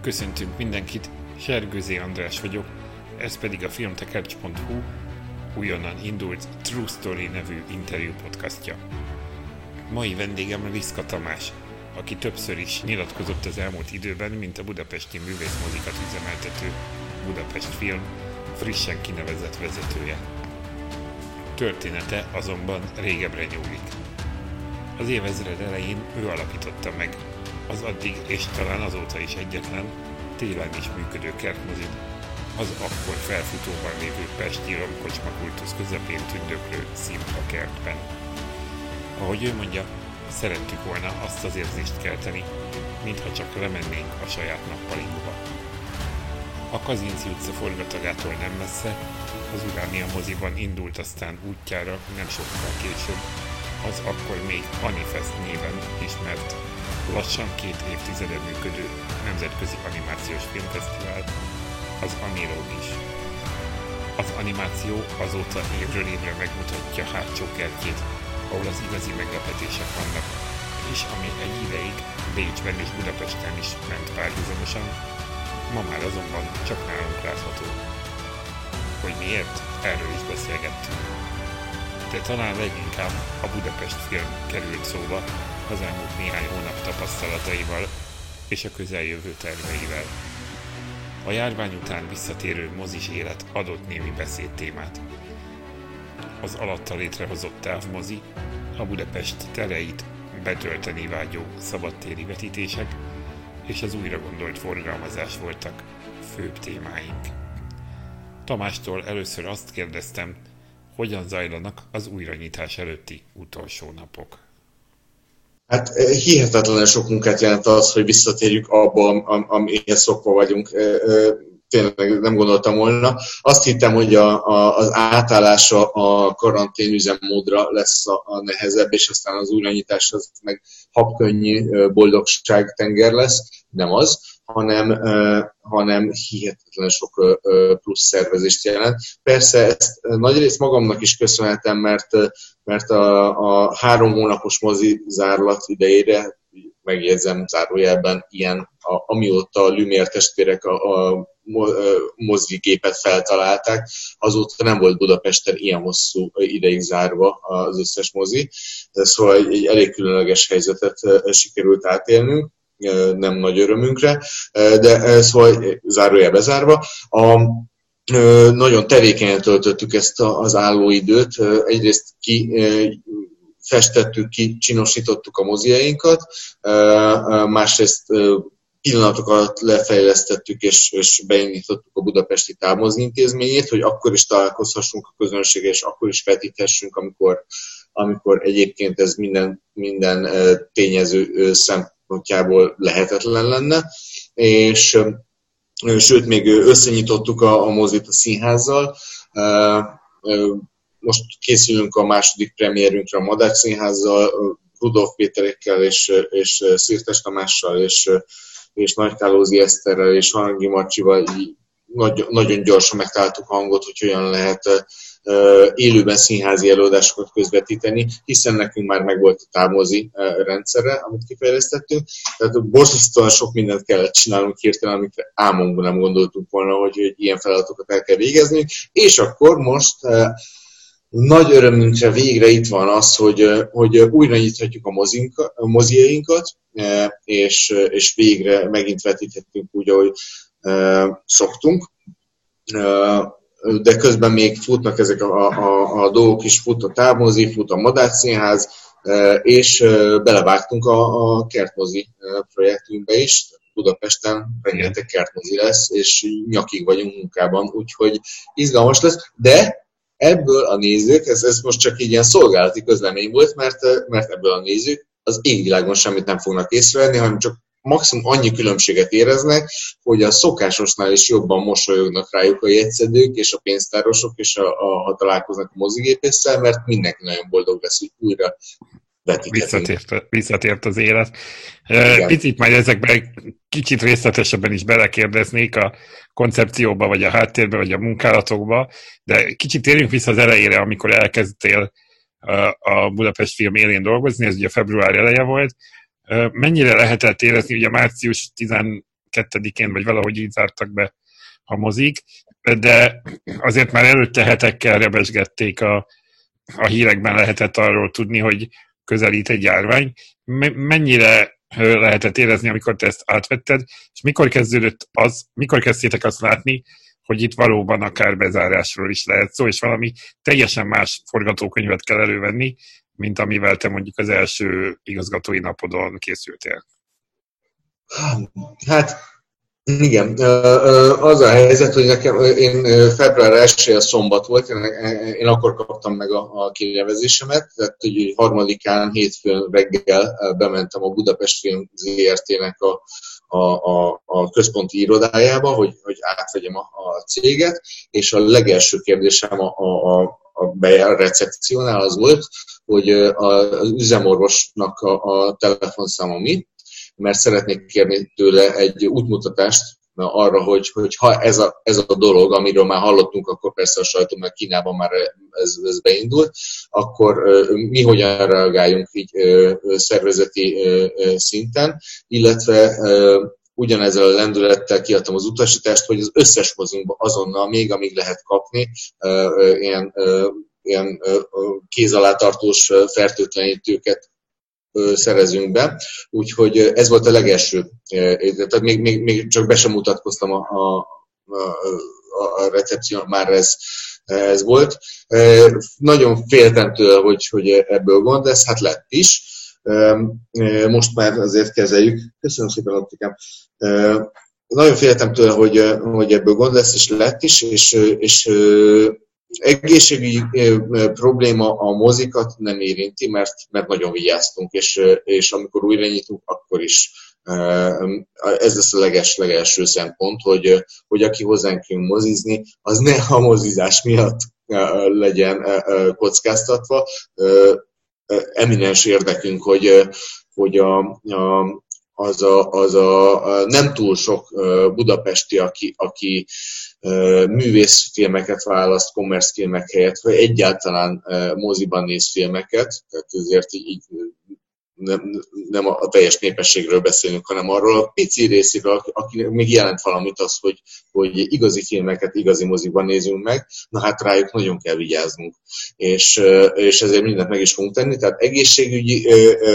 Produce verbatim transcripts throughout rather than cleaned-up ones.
Köszöntünk mindenkit, Sergőzé András vagyok, ez pedig a filmtekercs pont hu újonnan indult True Story nevű interjú podcastja. Mai vendégem Liszka Tamás, aki többször is nyilatkozott az elmúlt időben, mint a budapesti művészmozikat üzemeltető Budapest Film frissen kinevezett vezetője. Története azonban régebbre nyúlik. Az évezred elején ő alapította meg az addig és talán azóta is egyetlen télen is működő kertmozit, az akkor felfutóban lévő pesti romkocsma kultusz közepén tündöklő Szimfa kertben. Ahogy ő mondja, szerettük volna azt az érzést kelteni, mintha csak lemennénk a saját nappalinkba. A Kazinczy utca forgatagától nem messze, az Uránia moziban indult aztán útjára nem sokkal később az akkor még Anifest néven ismert, lassan két évtizede működő nemzetközi animációs filmfesztivál, az Aniron is. Az animáció azóta évről évre megmutatja hátsó kertjét, ahol az igazi meglepetések vannak, és ami egy ideig Bécsben és Budapesten is ment párhuzamosan, ma már azonban csak nálunk látható. Hogy miért? Erről is beszélgettünk. De talán leginkább a Budapest Film került szóba az elmúlt néhány hónap tapasztalataival és a közeljövő terveivel. A járvány után visszatérő mozis élet adott némi beszédtémát. Az alatta létrehozott távmozi, a Budapest tereit betölteni vágyó szabadtéri vetítések és az újra gondolt forgalmazás voltak főbb témáink. Tamástól először azt kérdeztem, hogyan zajlanak az újranyitás előtti utolsó napok. Hát hihetetlenül sok munkát jelent az, hogy visszatérjük abba, am- amihez szokva vagyunk. Tényleg nem gondoltam volna. Azt hittem, hogy a, a, az átállása a karantén üzemmódra lesz a, a nehezebb, és aztán az újranyitás az meg habkönnyű boldogság tenger lesz. Nem az, hanem, uh, hanem hihetetlen sok uh, plusz szervezést jelent. Persze ezt nagyrészt magamnak is köszönhetem, mert, mert a, a három hónapos mozi zárlat idejére, megjegyzem zárójelben ilyen, a, amióta a Lumière testvérek a, a mozigépet feltalálták, azóta nem volt Budapesten ilyen hosszú ideig zárva az összes mozi. Szóval egy elég különleges helyzetet sikerült átélnünk, nem nagy örömünkre, de szóval zárójel bezárva. A, nagyon tevékenyen töltöttük ezt az állóidőt. Egyrészt ki festettük ki, csinosítottuk a moziainkat, másrészt pillanatokat lefejlesztettük és, és beindítottuk a budapesti távmozi intézményét, hogy akkor is találkozhassunk a közönséggel, és akkor is vetíthessünk, amikor, amikor egyébként ez minden, minden tényező szempontjából lehetetlen lenne. És sőt, még összenyitottuk a, a mozit a színházzal. Most készülünk a második premierünkre a Madách Színházzal, Rudolf Péterekkel és, és Szirtes Tamással és és Nagykálózi Eszterrel és Harangi Marcsival nagy, nagyon gyorsan megtaláltuk a hangot, hogy hogyan lehet uh, élőben színházi előadásokat közvetíteni, hiszen nekünk már megvolt a távmozi uh, rendszere, amit kifejlesztettünk. Tehát borzasztóan sok mindent kellett csinálnunk hirtelen, amikre álmunkban nem gondoltunk volna, hogy, hogy ilyen feladatokat el kell végezni. És akkor most uh, nagy örömünkre végre itt van az, hogy, hogy újra nyithatjuk a, mozinka, a moziainkat, és, és végre megint vetíthetünk úgy, ahogy szoktunk. De közben még futnak ezek a, a, a dolgok is, fut a távmozi, fut a Madách Színház, és belevágtunk a, a kertmozi projektünkbe is. Budapesten rengeteg kertmozi lesz, és nyakig vagyunk munkában, úgyhogy izgalmas lesz, de ebből a nézők, ez, ez most csak így ilyen szolgálati közlemény volt, mert, mert ebből a nézők az égvilágon semmit nem fognak észrevenni, hanem csak maximum annyi különbséget éreznek, hogy a szokásosnál is jobban mosolyognak rájuk a jegyszedők és a pénztárosok, és a, a, ha találkoznak a mozigépésszel, mert mindenki nagyon boldog lesz, hogy újra Visszatért, visszatért az élet. Igen. Picit majd ezekben kicsit részletesebben is belekérdeznék a koncepcióba, vagy a háttérbe, vagy a munkálatokba, de kicsit térjünk vissza az elejére, amikor elkezdtél a Budapest Film élén dolgozni, ez ugye február eleje volt. Mennyire lehetett érezni, ugye március kettedikén, vagy valahogy így zártak be a mozik, de azért már előtte hetekkel rebesgették a, a hírekben lehetett arról tudni, hogy közelít egy járvány. Mennyire lehetett érezni, amikor te ezt átvetted, és mikor kezdődött az, mikor kezdtétek azt látni, hogy itt valóban akár bezárásról is lehet szó, és valami teljesen más forgatókönyvet kell elővenni, mint amivel te mondjuk az első igazgatói napodon készültél. Hát igen, az a helyzet, hogy nekem, én február elsején szombat volt, én akkor kaptam meg a, a kinevezésemet, tehát hogy harmadikán hétfőn reggel bementem a Budapest Film zé er té-nek a, a, a, a központi irodájába, hogy, hogy átvegyem a, a céget, és a legelső kérdésem a, a, a bejár recepciónál az volt, hogy az üzemorvosnak a, a telefonszáma mi, mert szeretnék kérni tőle egy útmutatást arra, hogy, hogy ha ez a, ez a dolog, amiről már hallottunk, akkor persze a sajtó, meg Kínában már ez, ez beindult, akkor mi hogyan reagáljunk így szervezeti szinten, illetve ugyanezzel a lendülettel kiadtam az utasítást, hogy az összes mozinkban azonnal, még amíg lehet kapni, ilyen, ilyen kéz alá tartós fertőtlenítőket szerezünk be, úgyhogy ez volt a legelső. Tehát még, még, még csak be sem mutatkoztam a, a, a recepción, már ez, ez volt. Nagyon féltem tőle, hogy, hogy ebből gond lesz, hát lett is. Most már azért kezeljük. Köszönöm szépen, optikám. Nagyon féltem tőle, hogy, hogy ebből gond lesz, és lett is, és, és egészségügyi probléma a mozikat nem érinti, mert, mert nagyon vigyáztunk, és, és amikor újra nyitunk, akkor is ez lesz a leges, legelső szempont, hogy, hogy aki hozzánk jön mozizni, az ne a mozizás miatt legyen kockáztatva. Eminens érdekünk, hogy, hogy a, a, az, a, az a nem túl sok budapesti, aki, aki művészfilmeket választ, kommerszfilmek helyett, vagy egyáltalán moziban néz filmeket, tehát ezért így, így nem, nem a teljes népességről beszélünk, hanem arról a pici részéről, aki még jelent valamit az, hogy, hogy igazi filmeket igazi moziban nézünk meg, na hát rájuk nagyon kell vigyáznunk. És, és ezért mindent meg is fogunk tenni, tehát egészségügyi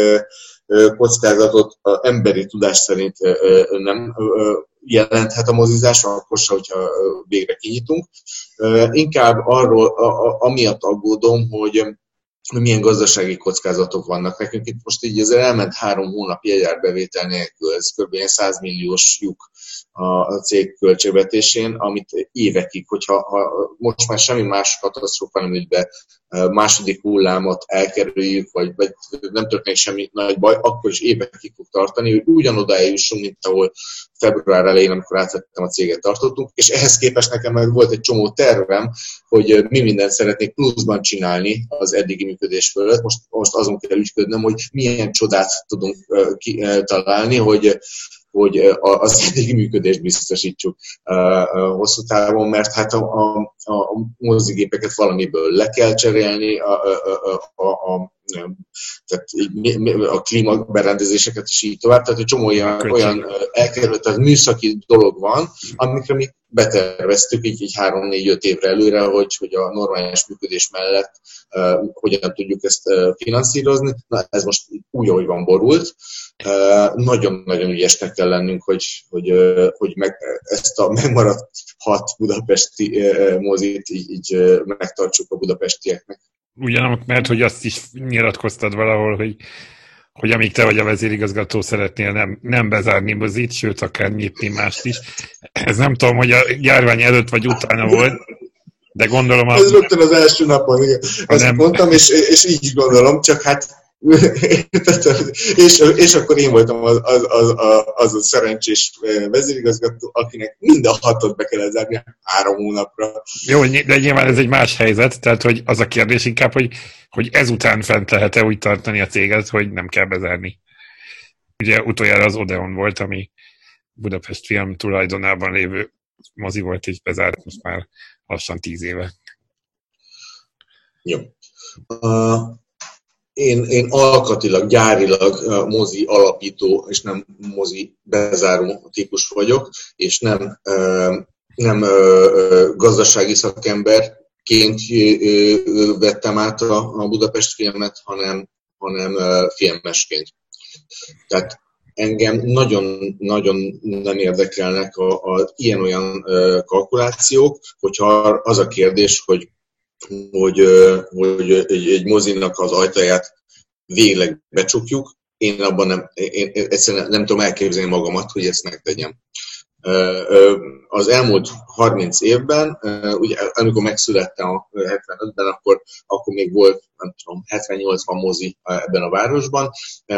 kockázatot a emberi tudás szerint nem jelenthet a mozizás, akkor se, hogyha végre kinyitunk. Inkább arról, amiatt aggódom, hogy milyen gazdasági kockázatok vannak nekünk. Itt most így azért elment három hónap jegyárbevétel nélkül, ez kb. száz milliós lyuk a cég költségvetésén, amit évekig, hogyha ha most már semmi más katasztrófa nem ügy be, második hullámot elkerüljük, vagy, vagy nem történik semmi nagy baj, akkor is évekig fog tartani, hogy ugyanoda eljussunk, mint ahol február elején, amikor átvettem a céget, tartottunk, és ehhez képest nekem meg volt egy csomó tervem, hogy mi mindent szeretnék pluszban csinálni az eddigi működés fölött. Most, most azon kell ügyködnöm, hogy milyen csodát tudunk találni, hogy hogy az eddigi működést biztosítsuk hosszú távon, mert hát a, a, a mozigépeket valamiből le kell cserélni, a, a, a, a, tehát a klímaberendezéseket is így tovább, tehát egy csomó olyan, olyan elkerült, tehát műszaki dolog van, amikre mi beterveztük így, így három-négy-öt évre előre, hogy, hogy a normális működés mellett uh, hogyan tudjuk ezt uh, finanszírozni. Na, ez most úgy, ahogy van, borult. Uh, nagyon-nagyon ügyesnek kell lennünk, hogy, hogy, uh, hogy meg, ezt a megmaradt hat budapesti uh, mozit így, így uh, megtartsuk a budapestieknek. Ugyanakkor, mert hogy azt is nyilatkoztad valahol, hogy, hogy amíg te vagy a vezérigazgató, szeretnél nem, nem bezárni mozit, sőt, akár nyitni mást is. Ez nem tudom, hogy a járvány előtt vagy utána volt, de gondolom... A... Ez rögtön az első napon, igen. Ezt nem... mondtam, és, és így gondolom, csak hát és, és akkor én voltam az, az, az, az a szerencsés vezérigazgató, akinek mind a hatot be kellett zárni három hónapra. Jó, de nyilván ez egy más helyzet, tehát hogy az a kérdés inkább, hogy, hogy ezután fent lehet-e úgy tartani a céget, hogy nem kell bezárni. Ugye utoljára az Odeon volt, ami Budapest Film tulajdonában lévő mozi volt, és bezárt most már lassan tíz éve. Jó. Uh... én, én alkatilag, gyárilag mozi alapító, és nem mozi bezáró típus vagyok, és nem, nem gazdasági szakemberként vettem át a Budapest Filmet, hanem, hanem filmesként. Tehát engem nagyon-nagyon nem érdekelnek a, a ilyen-olyan kalkulációk, hogyha az a kérdés, hogy, hogy, hogy egy, egy mozinak az ajtaját végleg becsukjuk, én abban nem, én egyszerűen nem tudom elképzelni magamat, hogy ezt megtegyem. Az elmúlt harminc évben, ugye, amikor megszülettem a hetvenötben, akkor, akkor még volt, nem tudom, hetven-nyolcvan mozi ebben a városban.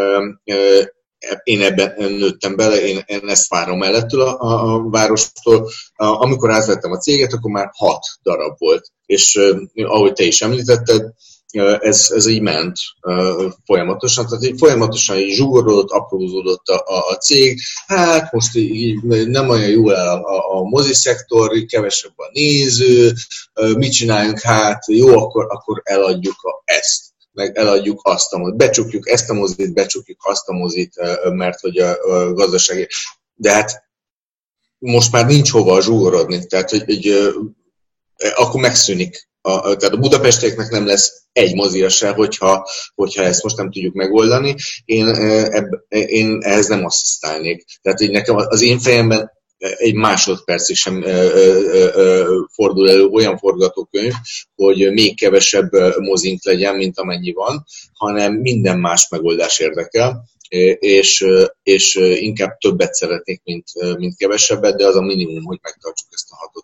Én ebben nőttem bele, én, én ezt várom előttől a, a, a várostól. Amikor átvettem a céget, akkor már hat darab volt. És ahogy te is említetted, ez, ez így ment folyamatosan. Tehát így folyamatosan így zsugorodott, aprózódott a, a, a cég. Hát most így nem olyan jól áll a, a, a moziszektor, kevesebb a néző, mit csináljunk? Hát jó, akkor, akkor eladjuk a, ezt. Meg eladjuk azt a mozit, becsukjuk ezt a mozit, becsukjuk azt a mozit, mert hogy a, a gazdasági... De hát most már nincs hova zsugorodni, tehát hogy, hogy akkor megszűnik. A, tehát a budapestieknek nem lesz egy mozia se, hogyha, hogyha ezt most nem tudjuk megoldani. Én, ebb, én ehhez nem asszisztálnék. Tehát így nekem az én fejemben egy másodpercig sem ö, ö, ö, fordul elő olyan forgatókönyv, hogy még kevesebb mozink legyen, mint amennyi van, hanem minden más megoldás érdekel, és, és inkább többet szeretnék, mint, mint kevesebbet, de az a minimum, hogy megtartsuk ezt a hatot.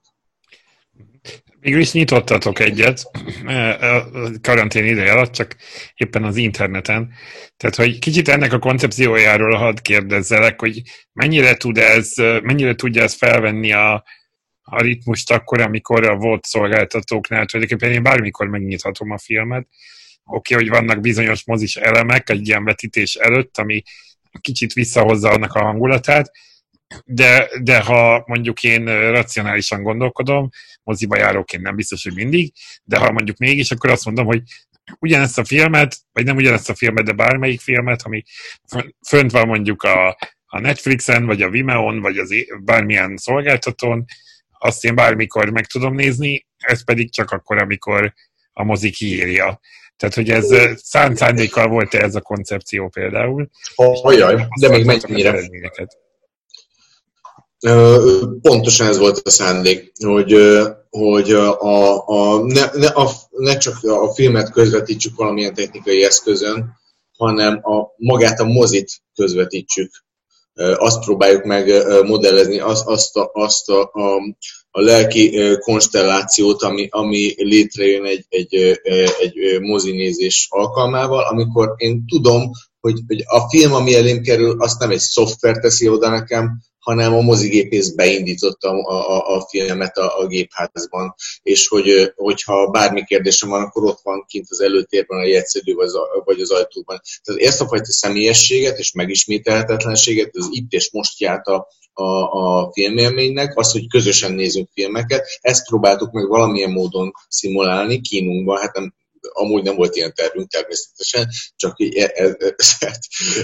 Végül is nyitottatok egyet a karantén ideje alatt, csak éppen az interneten. Tehát, hogy kicsit ennek a koncepciójáról hadd kérdezzelek, hogy mennyire tud ez, mennyire tudja ez felvenni a, a ritmust akkor, amikor a volt szolgáltatóknál, tulajdonképpen én bármikor megnyithatom a filmet. Oké, okay, hogy vannak bizonyos mozis elemek egy ilyen vetítés előtt, ami kicsit visszahozza annak a hangulatát, De, de ha mondjuk én racionálisan gondolkodom, moziba járóként nem biztos, hogy mindig, de ha mondjuk mégis, akkor azt mondom, hogy ugyanezt a filmet, vagy nem ugyanezt a filmet, de bármelyik filmet, ami fönt van mondjuk a, a Netflixen, vagy a Vimeon, vagy az bármilyen szolgáltatón, azt én bármikor meg tudom nézni, ez pedig csak akkor, amikor a mozi kiírja. Tehát, hogy ez szánt szándékkal volt-e ez a koncepció például? Ajaj, de még mennyire. Pontosan ez volt a szándék, hogy, hogy a, a, ne, ne, a, ne csak a filmet közvetítsük valamilyen technikai eszközön, hanem a, magát a mozit közvetítsük. Azt próbáljuk meg modellezni, azt, azt, a, azt a, a, a lelki konstellációt, ami, ami létrejön egy, egy, egy mozinézés alkalmával, amikor én tudom, hogy, hogy a film, ami elém kerül, azt nem egy szoftver teszi oda nekem, hanem a mozigépész beindította a, a, a filmet a, a gépházban, és hogy, hogyha bármi kérdésem van, akkor ott van kint az előtérben a jegyszedő vagy az, vagy az ajtóban. Tehát ezt a fajta személyességet és megismételhetetlenséget, az itt és most járt a, a, a filmélménynek, az, hogy közösen nézünk filmeket, ezt próbáltuk meg valamilyen módon szimulálni kínunkban, hát nem, amúgy nem volt ilyen tervünk természetesen, csak így e, e, e,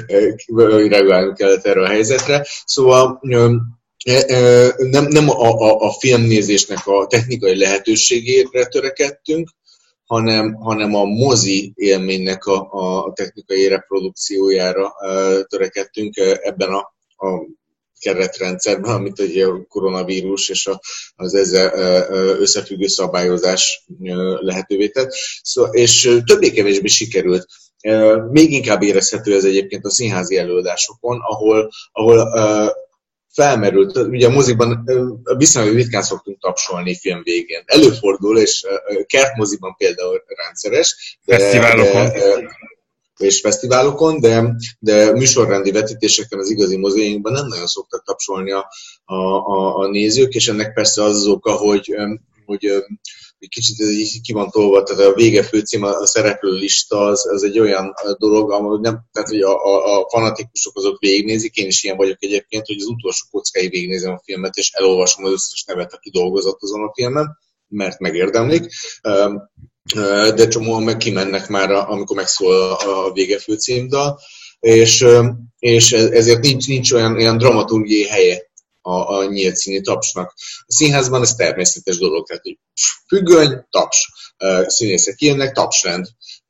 e, reagálnunk kellett erre a helyzetre. Szóval e, e, nem, nem a, a, a filmnézésnek a technikai lehetőségére törekedtünk, hanem, hanem a mozi élménynek a, a technikai reprodukciójára e, törekedtünk ebben a, a keretrendszerben, amit egy koronavírus és az ezzel összefüggő szabályozás lehetővé tett. Szóval, és többé-kevésbé sikerült. Még inkább érezhető ez egyébként a színházi előadásokon, ahol, ahol felmerült, ugye a mozikban viszonylag ritkán szoktunk tapsolni film végén. Előfordul, és kertmoziban például rendszeres. De, Fesztiválokon. De, és fesztiválokon, de, de műsorrendi vetítéseken az igazi moziainkban nem nagyon szoktak tapsolni a, a, a, a nézők, és ennek persze az az oka, hogy, hogy, hogy kicsit ez így ki van tolva, tehát a vége főcím, a szereplő lista az, az egy olyan dolog, amely nem, tehát hogy a, a, a fanatikusok azok végignézik, én is ilyen vagyok egyébként, hogy az utolsó kockáig végignézem a filmet, és elolvasom az összes nevet, aki dolgozott azon a filmen, mert megérdemlik. de csomóan meg kimennek már, amikor megszól a vége főcímdal, és, és ezért nincs, nincs olyan, olyan dramaturgiai helye a, a nyílt színi tapsnak. A színházban ez természetes dolog, tehát hogy függöny, taps, színészek kijönnek, tapsrend.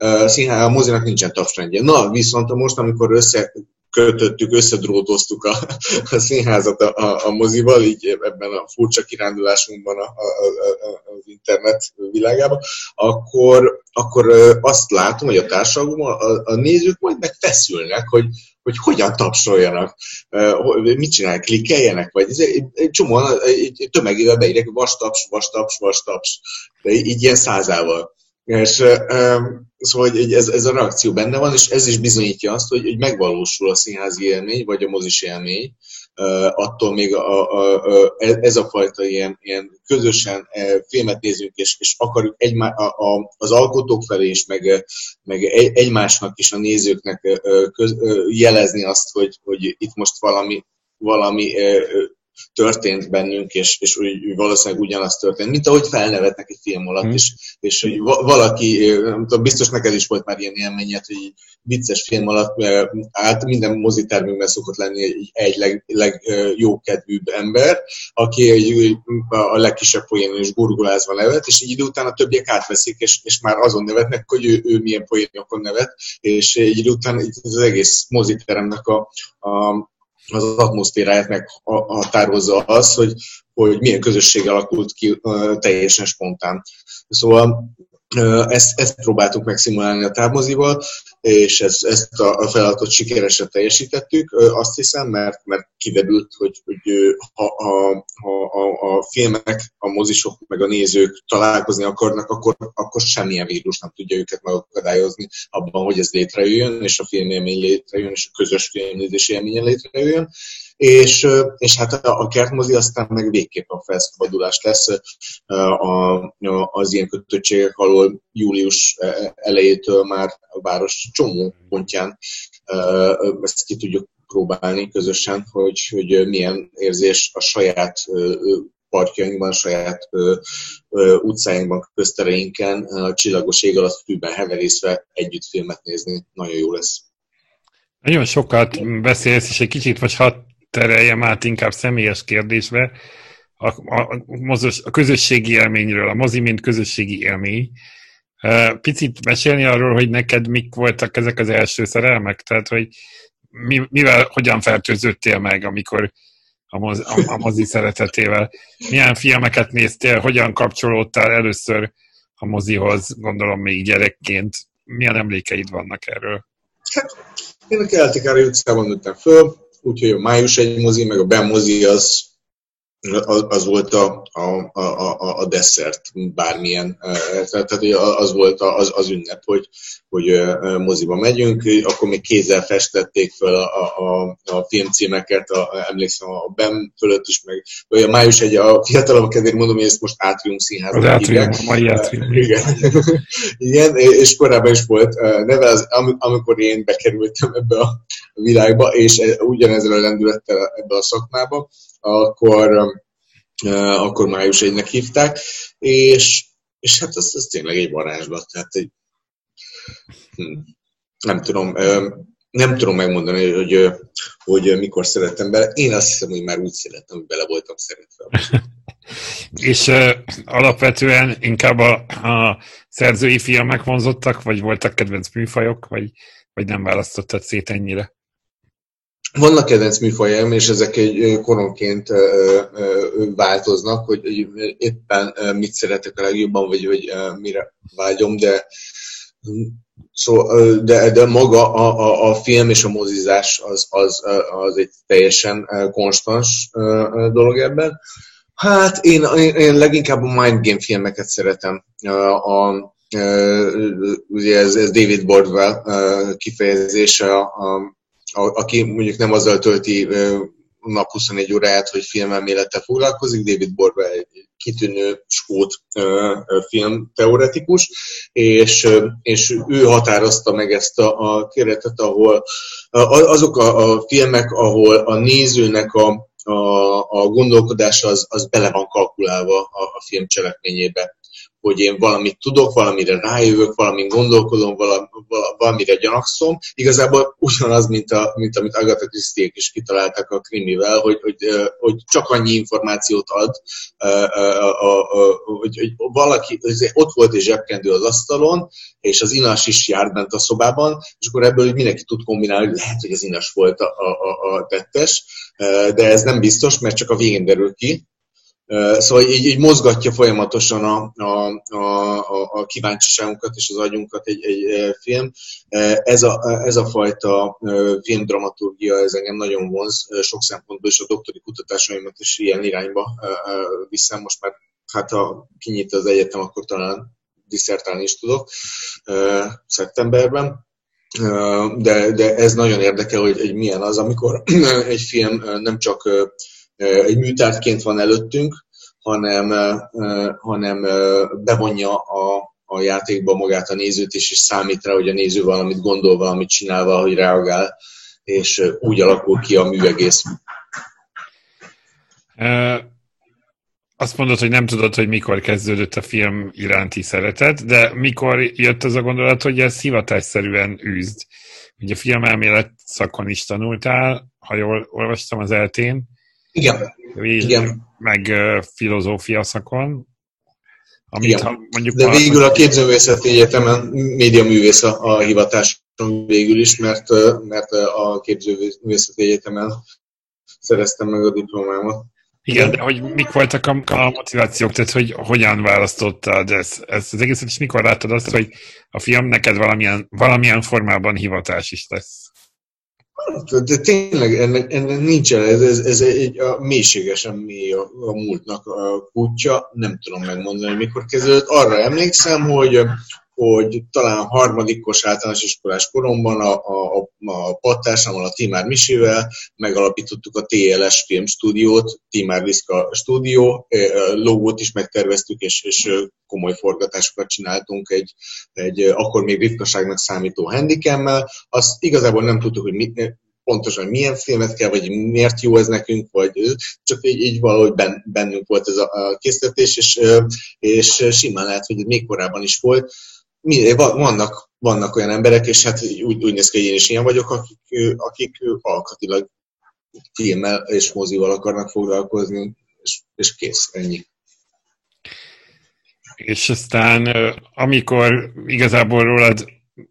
A mozinak nincsen tapsrendje. Na, viszont most, amikor összekötöttük, összedrótoztuk a, a színházat a, a, a mozival, így ebben a furcsa kirándulásunkban a, a, a, az internet világában, akkor, akkor azt látom, hogy a társadalomban a, a nézők majd megfeszülnek, hogy hogy hogyan tapsoljanak, mit csinálják, klikkeljenek, vagy egy, egy csomóan egy tömegével beírják, vastaps, vastaps, vastaps, de így ilyen százával. És szóval hogy ez, ez a reakció benne van, és ez is bizonyítja azt, hogy, hogy megvalósul a színházi élmény, vagy a mozis élmény, attól még a, a, a, ez a fajta ilyen, ilyen közösen filmet nézünk, és, és akarjuk egymá, a, a, az alkotók felé is, meg, meg egymásnak is, a nézőknek köz, jelezni azt, hogy, hogy itt most valami, valami történt bennünk, és, és úgy, valószínűleg ugyanaz történt, mint ahogy felnevetnek egy film alatt, hmm. és, és hogy valaki, nem tudom, biztos neked is volt már ilyen élményed, hogy vicces film alatt állt, minden mozitermünkben szokott lenni egy, egy leg, legjókedvűbb ember, aki egy, a legkisebb poénon is gurgulázva nevet, és így idő után a többiek átveszik, és, és már azon nevetnek, hogy ő, ő milyen poénokon nevet, és egy idő után az egész moziteremnek a, a az atmoszféráját meghatározza az, hogy, hogy milyen közösség alakult ki uh, teljesen spontán. Szóval uh, ezt, ezt próbáltuk megszimulálni a távmozival, és ezt, ezt a feladatot sikeresen teljesítettük, uh, azt hiszem, mert, mert kiderült, hogy, hogy ha a, a, a filmek, a mozisok meg a nézők találkozni akarnak, akkor, akkor semmilyen vírus nem tudja őket megakadályozni abban, hogy ez létrejöjjön, és a filmélmény létrejön, és a közös filmnézés élményen létrejön. És, és hát a, a kertmozi aztán meg végképp a felszabadulás lesz a, az ilyen kötöttségek alól július elejétől már a város csomó pontján ezt ki tudjuk próbálni közösen, hogy, hogy milyen érzés a saját parkjainkban, a saját utcáinkban, köztereinken, a csillagos ég alatt fűben heverészve együtt filmet nézni. Nagyon jó lesz. Nagyon sokat beszélsz, és egy kicsit most hadd tereljem át inkább személyes kérdésbe, a, a, mozos, a közösségi élményről, a mozi, mint közösségi élmény. Picit mesélni arról, hogy neked mik voltak ezek az első szerelmek? Tehát, hogy mi, mivel, hogyan fertőződtél meg, amikor a mozi, a, a mozi szeretetével? Milyen filmeket néztél, hogyan kapcsolódtál először a mozihoz, gondolom még gyerekként? Milyen emlékeid vannak erről? Hát, én a Keleti-Károly utcában nőttem föl, úgyhogy a Május egy mozi, meg a Ben mozi az, az, az volt a, a, a, a desszert, bármilyen. Tehát az volt az, az ünnep, hogy, hogy moziba megyünk. Akkor még kézzel festették fel a, a, a filmcímeket, a, emlékszem a Ben fölött is, meg vagy a Május egy, a fiatalabb kedvéért mondom, hogy ezt most Átrium Színházban hívják. A mai Átrium. Igen. Igen, és korábban is volt neve, az, amikor én bekerültem ebbe a világba, és ugyanezzel a lendülettel ebbe a szakmába, akkor, akkor Május egynek hívták, és, és hát ez, ez tényleg egy varázslat, tehát egy, hm, nem tudom, nem tudom megmondani, hogy, hogy mikor szerettem bele. Én azt hiszem, hogy már úgy szerettem, hogy bele voltam szeretve. És uh, alapvetően inkább a, a szerzői filmek vonzottak, vagy voltak kedvenc műfajok, vagy, vagy nem választottad szét ennyire? Vannak kedvenc műfajaim, és ezek egy koronként változnak, hogy éppen mit szeretek a legjobban, vagy hogy mire vágyom, de, szó, de, de maga a, a, a film és a mozizás az, az, az egy teljesen konstans dolog ebben. Hát én, én leginkább a Mind Game filmeket szeretem. A, ugye ez, ez David Bordwell kifejezése, a, a aki mondjuk nem azzal tölti nap huszonegy óráját, hogy filmelmélettel foglalkozik, David Bordwell egy kitűnő skót filmteoretikus, és, és ő határozta meg ezt a, a keretet, ahol azok a, a filmek, ahol a nézőnek a, a, a gondolkodása az, az bele van kalkulálva a, a film cselekményébe. hogy én valamit tudok, valamire rájövök, valamit gondolkodom, valamire gyanakszom. Igazából ugyanaz, mint, a, mint amit Agatha Christie-ék is kitaláltak a krimivel, hogy, hogy, hogy csak annyi információt ad, hogy, hogy valaki, ott volt egy zsebkendő az asztalon, és az inas is járt bent a szobában, és akkor ebből mindenki tud kombinálni, hogy lehet, hogy az inas volt a, a, a tettes, de ez nem biztos, mert csak a végén derül ki. Szóval így, így mozgatja folyamatosan a, a, a, a kíváncsiságunkat és az agyunkat egy, egy film. Ez a, ez a fajta filmdramaturgia, ez engem nagyon vonz sok szempontból, és a doktori kutatásaimat is ilyen irányba viszem. Most már hát ha kinyit az egyetem, akkor talán disszertálni is tudok szeptemberben. De, de ez nagyon érdekel, hogy, hogy milyen az, amikor egy film nem csak egy műtárgyként van előttünk, hanem, hanem bevonja a, a játékba magát a nézőt is, és számít rá, hogy a néző valamit gondol, valamit csinál, valahogy reagál, és úgy alakul ki a műegész. Azt mondod, hogy nem tudod, hogy mikor kezdődött a film iránti szeretet, de mikor jött az a gondolat, hogy ez hivatásszerűen űzd? Ugye a filmelmélet szakon is tanultál, ha jól olvastam az eltén. Igen. Igen. Meg uh, filozófia szakon. Amit, ha mondjuk de végül a Képzőművészeti Egyetemen médiaművész a, a hivatásom végül is, mert, mert a Képzőművészeti Egyetemen szereztem meg a diplomámat. Igen, de hogy mik voltak a, a motivációk, tehát hogy hogyan választottad ezt, ezt az egészet, és mikor láttad azt, hogy a film neked valamilyen, valamilyen formában hivatás is lesz? De tényleg ennek, ennek nincsen, ez, ez, ez egy a mélységesen mély a, a múltnak a kutya, nem tudom megmondani, hogy mikor kezdődött. Arra emlékszem, hogy, hogy talán a harmadikos általános iskolás koromban a, a, a pattársammal, a Timár Misivel megalapítottuk a té el es filmstúdiót, Timár Liszka stúdió, logót is megterveztük, és, és komoly forgatásokat csináltunk egy, egy akkor még ritkaságnak számító handicemmel. Azt igazából nem tudtuk, hogy mit, pontosan milyen filmet kell, vagy miért jó ez nekünk, vagy csak így, így valahogy bennünk volt ez a készítés, és, és simán lehet, hogy még korábban is volt. Vannak, vannak olyan emberek, és hát úgy, úgy néz ki, hogy én is ilyen vagyok, akik, akik alkatilag filmmel és mozival akarnak foglalkozni, és, és kész, ennyi. És aztán, amikor igazából rólad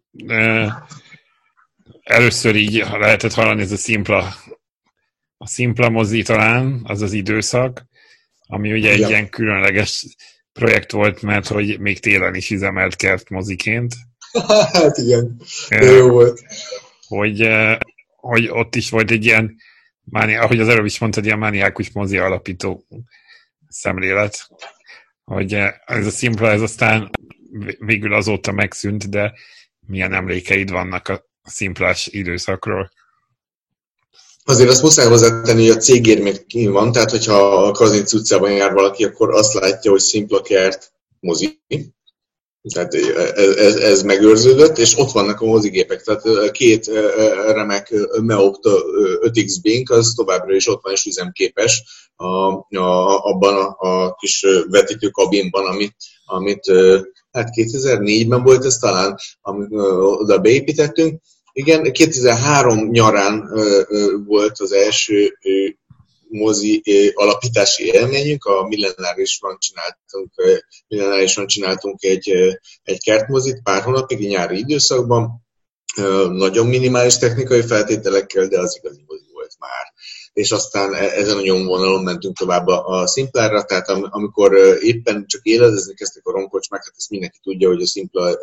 először így lehetett hallani, ez a szimpla, a szimpla mozi talán, az az időszak, ami ugye egy ja. ilyen különleges projekt volt, mert hogy még télen is üzemelt kertmoziként. Hát igen, jó volt. Hogy, hogy ott is volt egy ilyen, ahogy az előbb is mondtad, ilyen mániákus mozi alapító szemlélet, hogy ez a szimpla, ez aztán végül azóta megszűnt, de milyen emlékeid vannak a szimplás időszakról? Azért azt muszáj hozzátenni, hogy a cégér még kín van, tehát hogyha a Kazinc utcában jár valaki, akkor azt látja, hogy szimpla kert mozi. Tehát ez, ez, ez megőrződött, és ott vannak a mozigépek. Tehát két remek Meopta öt iksz bé-nk, az továbbra is ott van, és üzemképes a, a, abban a, a kis vetítőkabinban, amit, amit hát kétezer-négyben volt ez talán, amit oda beépítettünk. Igen, kétezer-három nyarán ö, ö, volt az első ö, mozi ö, alapítási élményünk, a Millenárisban csináltunk, ö, Millenárisban csináltunk egy, ö, egy kertmozit pár hónapig, nyári időszakban, ö, nagyon minimális technikai feltételekkel, de az igazi mozi volt már. És aztán ezen a nyomvonalon mentünk tovább a szimplára, tehát amikor éppen csak éledezni kezdtek a romkocsmák, hát ezt mindenki tudja, hogy a szimpla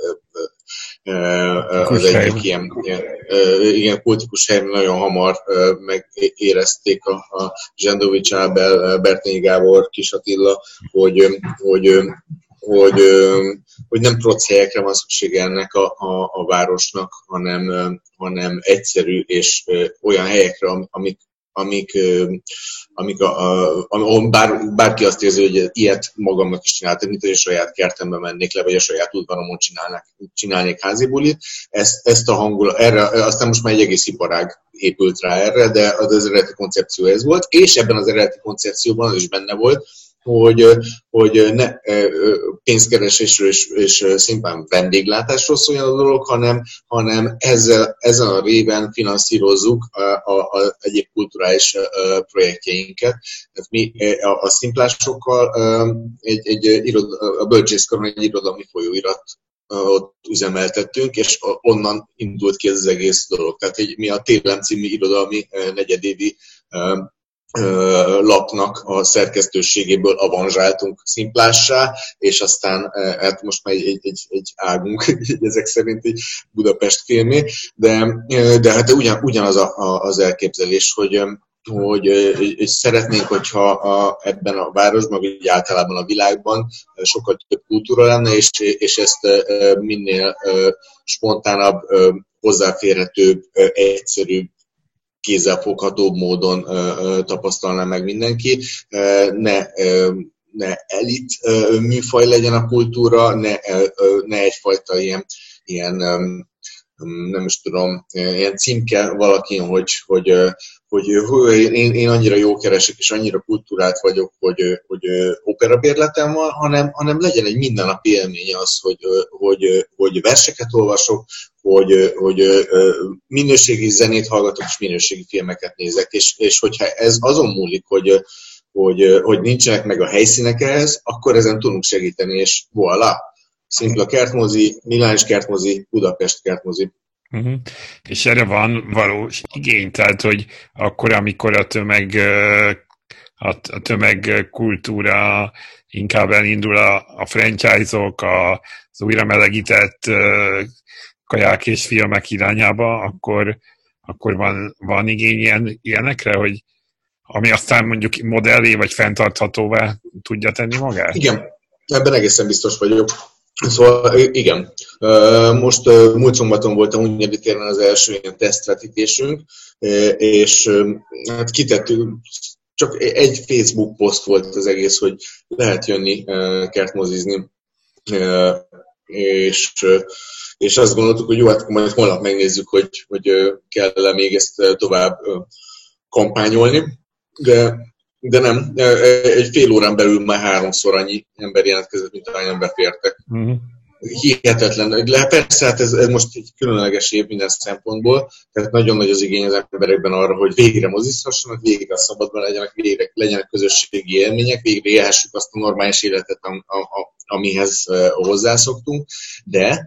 az egyik ilyen, ilyen kultikus hely, nagyon hamar megérezték a, a Zsendovics Ábel, Bertényi Gábor, Kis Attila, hogy, hogy, hogy, hogy nem proc helyekre van szüksége ennek a, a, a városnak, hanem, hanem egyszerű és olyan helyekre, amik amik, amik a, a, ahol bár, bárki azt érzi, hogy ilyet magamnak is csináltam, mint hogy a saját kertembe mennék le, vagy a saját udvaromon csinálnék házi bulit. Ezt, ezt a hangulat, erre, aztán most már egy egész iparág épült rá erre, de az, az eredeti koncepció ez volt, és ebben az eredeti koncepcióban az is benne volt, hogy, hogy ne pénzkeresésről és, és szimplán vendéglátásról szóljon a dolog, hanem, hanem ezzel, ezen a réven finanszírozzuk a, a, a egyéb kulturális projektjeinket. Tehát mi a, a szimplásokkal egy, egy iroda, a bölcsészkaron egy irodalmi folyóirat ott üzemeltettünk, és onnan indult ki ez az egész dolog. Tehát egy, mi a Télem című irodalmi negyedévi lapnak a szerkesztőségéből avanzsáltunk szimplássá, és aztán hát most már egy, egy, egy, egy águnk ezek szerint egy Budapest filmé, de, de hát ugyan, ugyanaz a, a, az elképzelés, hogy hogy, hogy szeretnénk, hogyha a, ebben a városban, vagy általában a világban sokkal több kultúra lenne, és, és ezt minél spontánabb, hozzáférhetőbb, egyszerűbb, kézzelfoghatóbb módon tapasztalná meg mindenki. Ne, ne elit műfaj legyen a kultúra, ne, ne egyfajta ilyen, ilyen nem is tudom, ilyen címke valakin, hogy, hogy, hogy, hogy én, én annyira jó keresek, és annyira kultúrát vagyok, hogy, hogy operabérletem van, hanem, hanem legyen egy mindennapi élmény az, hogy, hogy, hogy verseket olvasok, hogy, hogy minőségi zenét hallgatok, és minőségi filmeket nézek, és, és hogyha ez azon múlik, hogy, hogy, hogy nincsenek meg a helyszínek ehhez, akkor ezen tudunk segíteni, és voilà! Szimpla kertmozi, Miláns kertmozi, Budapest kertmozi. Uh-huh. És erre van valós igény, tehát, hogy akkor, amikor a tömeg, a tömegkultúra inkább elindul a, a franchise-ok, az újra melegített kaják és filmek irányába, akkor, akkor van, van igény ilyen, ilyenekre, hogy ami aztán mondjuk modellé vagy fenntarthatóvá tudja tenni magát? Igen, ebben egészen biztos vagyok. Szóval igen, most múlt szombaton volt a Hunyadi téren az első ilyen tesztvetítésünk, és hát kitettük, csak egy Facebook poszt volt az egész, hogy lehet jönni kertmozizni, és, és azt gondoltuk, hogy jó, hát majd holnap megnézzük, hogy, hogy kell-e még ezt tovább kampányolni, de De nem, egy fél órán belül már háromszor annyi ember jelentkezett, mint ahányan befértek. Uh-huh. Hihetetlen. Persze, hát ez, ez most egy különleges év minden szempontból, tehát nagyon nagy az igény az emberekben arra, hogy végre mozizhassanak, végre a szabadban legyenek, végre legyenek közösségi élmények, végre élhessük azt a normális életet, am, a, a, amihez hozzászoktunk, de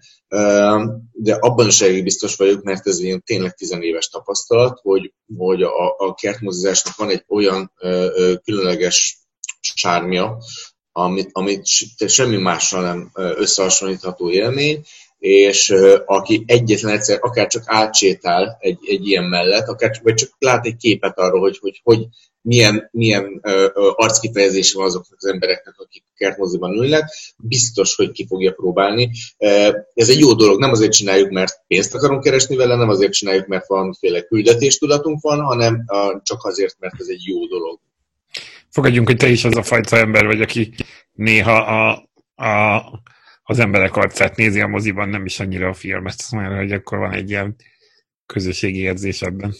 de abban is elég biztos vagyok, mert ez ilyen tényleg tizenéves tapasztalat, hogy, hogy a, a kertmozizásnak van egy olyan ö, ö, különleges sármja, amit, amit semmi mással nem összehasonlítható élmény, és ö, aki egyetlen egyszer akár csak átsétál egy, egy ilyen mellett, akár csak, vagy csak lát egy képet arról, hogy, hogy, hogy milyen, milyen ö, ö, arckifejezése van azoknak az embereknek, akik kertmoziban ülnek, biztos, hogy ki fogja próbálni. Ez egy jó dolog, nem azért csináljuk, mert pénzt akarunk keresni vele, nem azért csináljuk, mert valamiféle küldetéstudatunk van, hanem csak azért, mert ez egy jó dolog. Fogadjunk, hogy te is az a fajta ember vagy, aki néha a, a, az emberek arcát nézi a moziban, nem is annyira a filmet, mert hogy akkor van egy ilyen közösségi érzés ebben.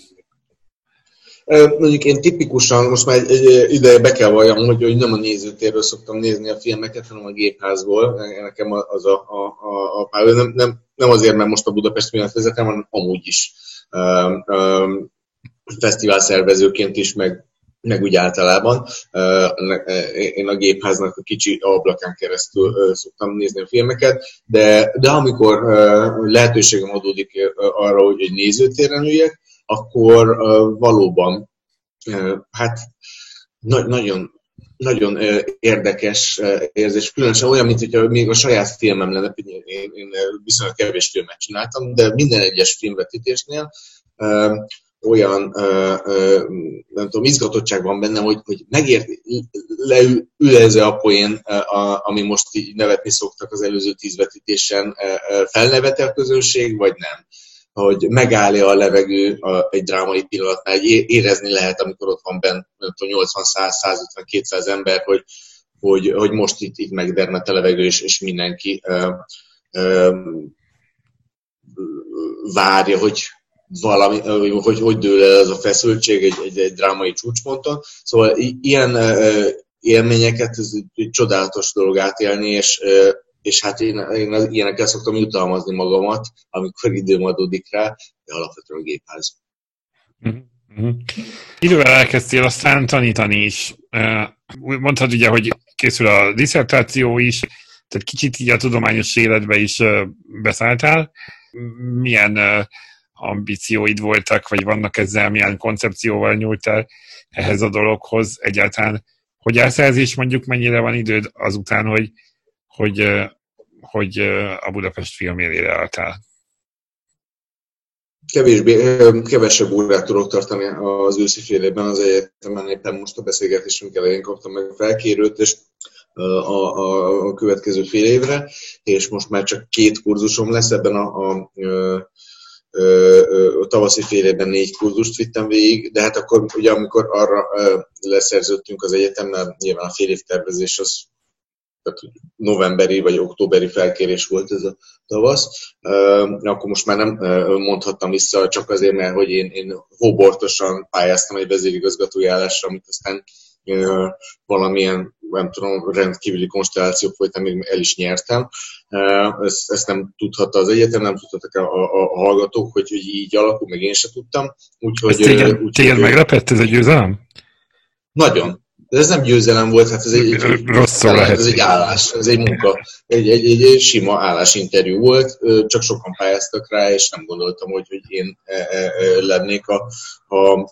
Mondjuk én tipikusan, most már egy, egy ideje be kell valljam, hogy, hogy nem a nézőtérről szoktam nézni a filmeket, hanem a gépházból. Nekem az a, a, a, a pár, nem, nem, nem azért, mert most a Budapest filmet vezetem, hanem amúgy is. Um, um, fesztiválszervezőként is, meg, meg úgy általában. Uh, én a gépháznak a kicsi ablakán keresztül uh, szoktam nézni a filmeket, de, de amikor uh, lehetőségem adódik uh, arra, hogy egy nézőtéren üljek, akkor uh, valóban uh, hát na- nagyon, nagyon uh, érdekes uh, érzés, különösen olyan, mint hogyha még a saját filmem lenne, én, én viszonylag kevés filmet csináltam, de minden egyes filmvetítésnél uh, olyan uh, uh, nem tudom, izgatottság van bennem, hogy, hogy megért, leül ez a poén, uh, a, ami most így nevetni szoktak az előző tíz vetítésen, uh, uh, felnevet-e a közönség, vagy nem. Hogy megállja a levegő a, egy drámai pillanatnál, hogy érezni lehet, amikor ott van bent nyolcvan, száz, százötven, kétszáz ember, hogy, hogy, hogy most itt, itt megdermet a levegő, és, és mindenki ö, ö, várja, hogy valami, hogy hogy dől el ez a feszültség egy, egy, egy drámai csúcsponton. Szóval i- ilyen, ö, élményeket, ez egy, egy csodálatos dolog átélni, és, és hát én, én ilyenekkel szoktam jutalmazni magamat, amikor időm adódik rá, de alapvetően a gépház. Mm-hmm. Idővel elkezdtél aztán tanítani is. Mondtad ugye, hogy készül a disszertáció is, tehát kicsit így a tudományos életbe is beszálltál. Milyen ambícióid voltak, vagy vannak ezzel, milyen koncepcióval nyújtál ehhez a dologhoz egyáltalán? Hogy állsz és mondjuk mennyire van időd azután, hogy, hogy, hogy a Budapest Filmérére álltál? Kevésbé, kevesebb órát tudok tartani az őszi fél évben az egyetemen, éppen most a beszélgetésünk elején kaptam meg a felkérőt, és a, a, a következő fél évre, és most már csak két kurzusom lesz, ebben a, a, a, a tavaszi fél évben négy kurzust vittem végig, de hát akkor ugye amikor arra leszerződtünk az egyetemmel, nyilván a fél év tervezés az tehát novemberi vagy októberi felkérés volt ez a tavasz, akkor most már nem mondhattam vissza, csak azért, mert hogy én, én hóbortosan pályáztam egy vezérigazgatói állásra, amit aztán valamilyen, nem tudom, rendkívüli konstelláció folytán még el is nyertem. Ezt, ezt nem tudhatta az egyetem, nem tudhattak a, a, a hallgatók, hogy, hogy így alakul, meg én se tudtam. Úgyhogy, téged, úgy, téged meglepett ez a győzelem? Nagyon. De ez nem győzelem volt, hát ez egy, egy, Rossz ez egy állás, ez egy munka, egy, egy, egy, egy sima állásinterjú volt, csak sokan pályáztak rá, és nem gondoltam, hogy, hogy én lennék a, a,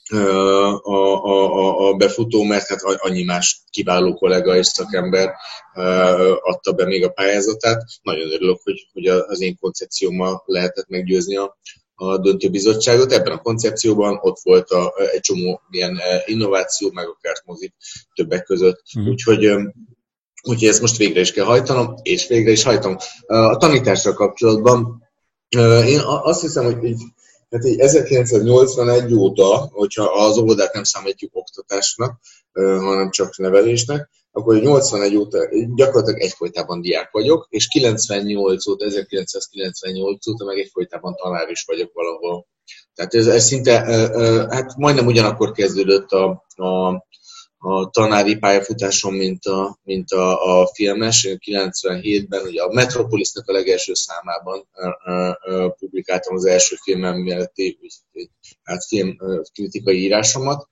a, a, a befutó, mert hát annyi más kiváló kollega és szakember adta be még a pályázatát. Nagyon örülök, hogy, hogy az én koncepciómmal lehetett meggyőzni a a döntőbizottságot. Ebben a koncepcióban ott volt a, egy csomó ilyen innováció, meg a kertmozik többek között. Mm. Úgyhogy, úgyhogy ezt most végre is kell hajtanom, és végre is hajtom. A tanítással kapcsolatban én azt hiszem, hogy így, hát így ezerkilencszáznyolcvanegy óta, hogyha az óvodát nem számítjuk oktatásnak, hanem csak nevelésnek, akkor nyolcvanegy óta gyakorlatilag egyfolytában diák vagyok, és kilencvennyolc óta, ezerkilencszázkilencvennyolc óta meg egyfolytában tanár is vagyok valahol. Tehát ez, ez szinte, hát majdnem ugyanakkor kezdődött a, a, a tanári pályafutásom, mint a, mint a, a filmes. kilencvenhétben ugye a Metropolisnak a legelső számában publikáltam az első filmem melletti, hát filmkritikai írásomat.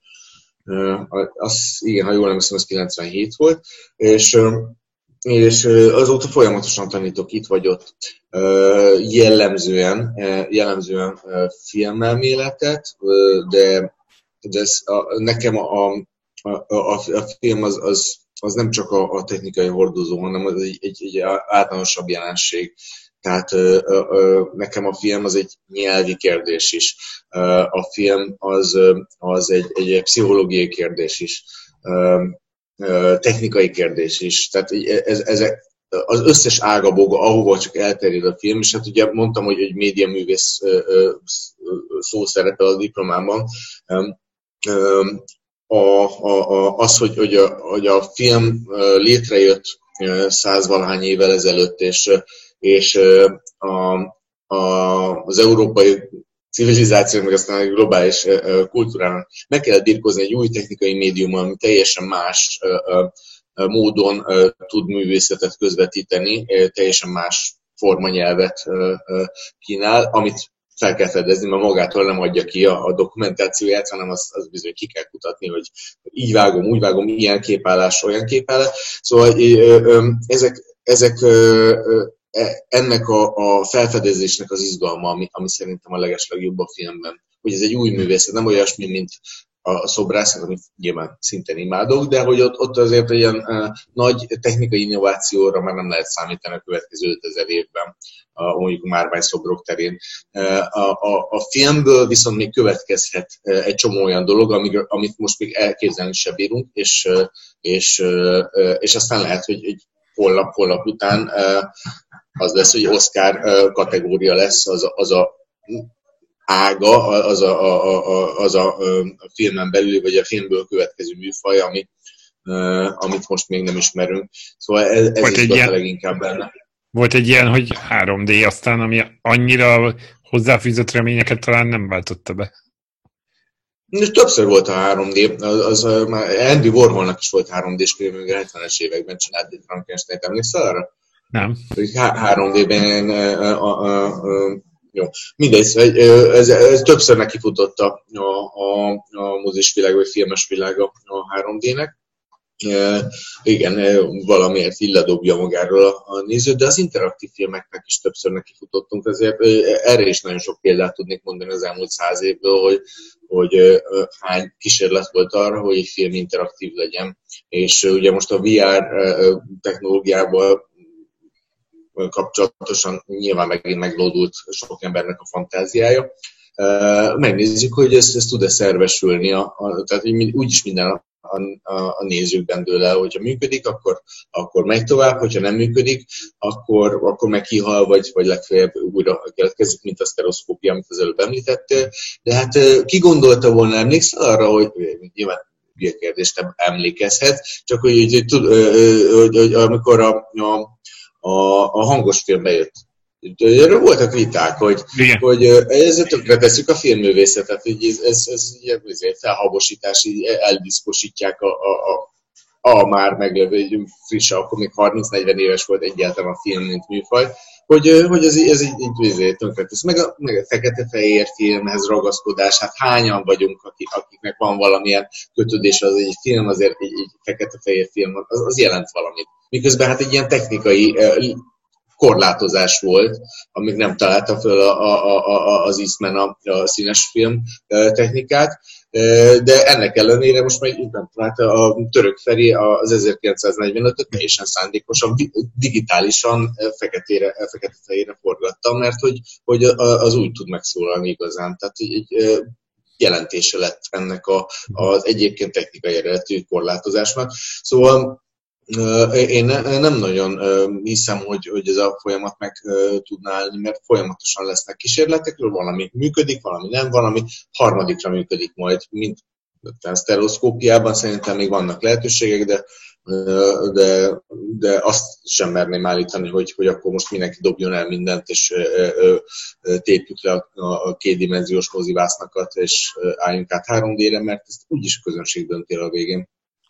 Az, igen, ha jól emlékszem, az kilencvenhét volt, és, és azóta folyamatosan tanítok itt vagy ott jellemzően, jellemzően filmelméletet, de, de ez, a, nekem a, a, a, a film az, az, az nem csak a, a technikai hordozó, hanem az egy, egy, egy általánosabb jelenség. Tehát ö, ö, nekem a film az egy nyelvi kérdés is. A film az, az egy, egy pszichológiai kérdés is, technikai kérdés is. Tehát ez, ezek az összes ágaboga, ahova csak elterjed a film, és hát ugye mondtam, hogy egy médiaművész szó szerepel a diplomámban. A, a, a, az, hogy, hogy, a, hogy a film létrejött százvalahány évvel ezelőtt, és, és a, a, az európai civilizációnak, meg aztán a globális kultúrának meg kellett birkózni egy új technikai médiummal, ami teljesen más módon tud művészetet közvetíteni, teljesen más formanyelvet kínál, amit fel kell fedezni, mert magától nem adja ki a, a dokumentációját, hanem azt az bizony ki kell kutatni, hogy így vágom, úgy vágom, ilyen képállás, olyan képállás. Szóval ezek, ezek ennek a, a felfedezésnek az izgalma, ami, ami szerintem a legeslegjobb a filmben. Hogy ez egy új művészet, nem olyasmi, mint a szobrászat, amit nyilván szintén imádok, de hogy ott, ott azért ilyen uh, nagy technikai innovációra már nem lehet számítani a következő ötezer évben, uh, mondjuk a márványszobrok terén. Uh, a, a, a filmből viszont még következhet uh, egy csomó olyan dolog, amíg, amit most még elképzelni sem bírunk, és, uh, és, uh, és aztán lehet, hogy egy holnap, holnap után uh, az lesz, hogy Oscar uh, kategória lesz az a, az a ága, az a, a, a, az a, a filmen belül, vagy a filmből következő műfaj, ami, uh, amit most még nem ismerünk. Szóval ez, ez is a leginkább benne. Volt egy ilyen, hogy három dé aztán, ami annyira hozzáfűzött reményeket talán nem váltotta be. Többször volt a három dé, az, az már Andy Warholnak is volt három dés filmünk a hetvenes években, csinált egy Frankenstein-t, emlékszel arra? Nem. három dében, a, a, a, jó, mindegy, ez, ez többször nekifutott a, a, a mozis világ, vagy filmes világ a, a három dének. E, igen, valamiért illadobja magáról a, a nézőt, de az interaktív filmeknek is többször nekifutottunk, ezért erre is nagyon sok példát tudnék mondani az elmúlt száz évből, hogy, hogy hány kísérlet volt arra, hogy egy film interaktív legyen, és ugye most a vé er technológiával kapcsolatosan nyilván megint meglódult sok embernek a fantáziája. Megnézzük, hogy ez, ez tud-e szervesülni, a, a, tehát úgyis minden a, a, a nézőkben dől el, hogyha működik, akkor, akkor megy tovább, hogyha nem működik, akkor, akkor meg kihal, vagy, vagy legfeljebb újra keletkezik, mint a sztereoszkópia, amit az előbb említettél. De hát ki gondolta volna, emlékszel arra, hogy nyilván ilyen kérdést nem emlékezhetsz, csak hogy, hogy, hogy, hogy, hogy amikor a, a A, a hangos film bejött. Erről voltak viták, hogy, hogy ezzel tökre tesszük a filmművészetet, hogy ez, ez, ez ilyen felhabosítás, így eldiszkosítják a, a, a, a már meglevő friss, akkor még harminc-negyven éves volt egyáltalán a film, mint műfaj, hogy, hogy ez, ez így, így tönkre tesz. Meg a, meg a fekete-fehér filmhez ragaszkodás, hát hányan vagyunk, akik, akiknek van valamilyen kötődés az egy film, azért egy, egy fekete-fehér film, az, az jelent valamit. Miközben hát egy ilyen technikai korlátozás volt, amíg nem találta föl a, a, a, az Eastman a, a színes film technikát, de ennek ellenére most meg nem találta a török Feri az ezerkilencszáznegyvenötöt teljesen szándékosan, digitálisan feketére, fekete-fehérre forgatta, mert hogy, hogy az úgy tud megszólalni igazán. Tehát egy jelentése lett ennek a, az egyébként technikai eredetű korlátozásnak. Szóval én nem nagyon hiszem, hogy, hogy ez a folyamat meg tudná állni, mert folyamatosan lesznek kísérletekről, valami működik, valami nem, valami harmadikra működik majd, mint a sztereoszkópiában szerintem még vannak lehetőségek, de, de, de azt sem merném állítani, hogy, hogy akkor most mindenki dobjon el mindent, és tépjük le a, a kétdimenziós mozivásznakat, és álljunk át három dére, mert ezt úgyis a közönség dönti el a végén.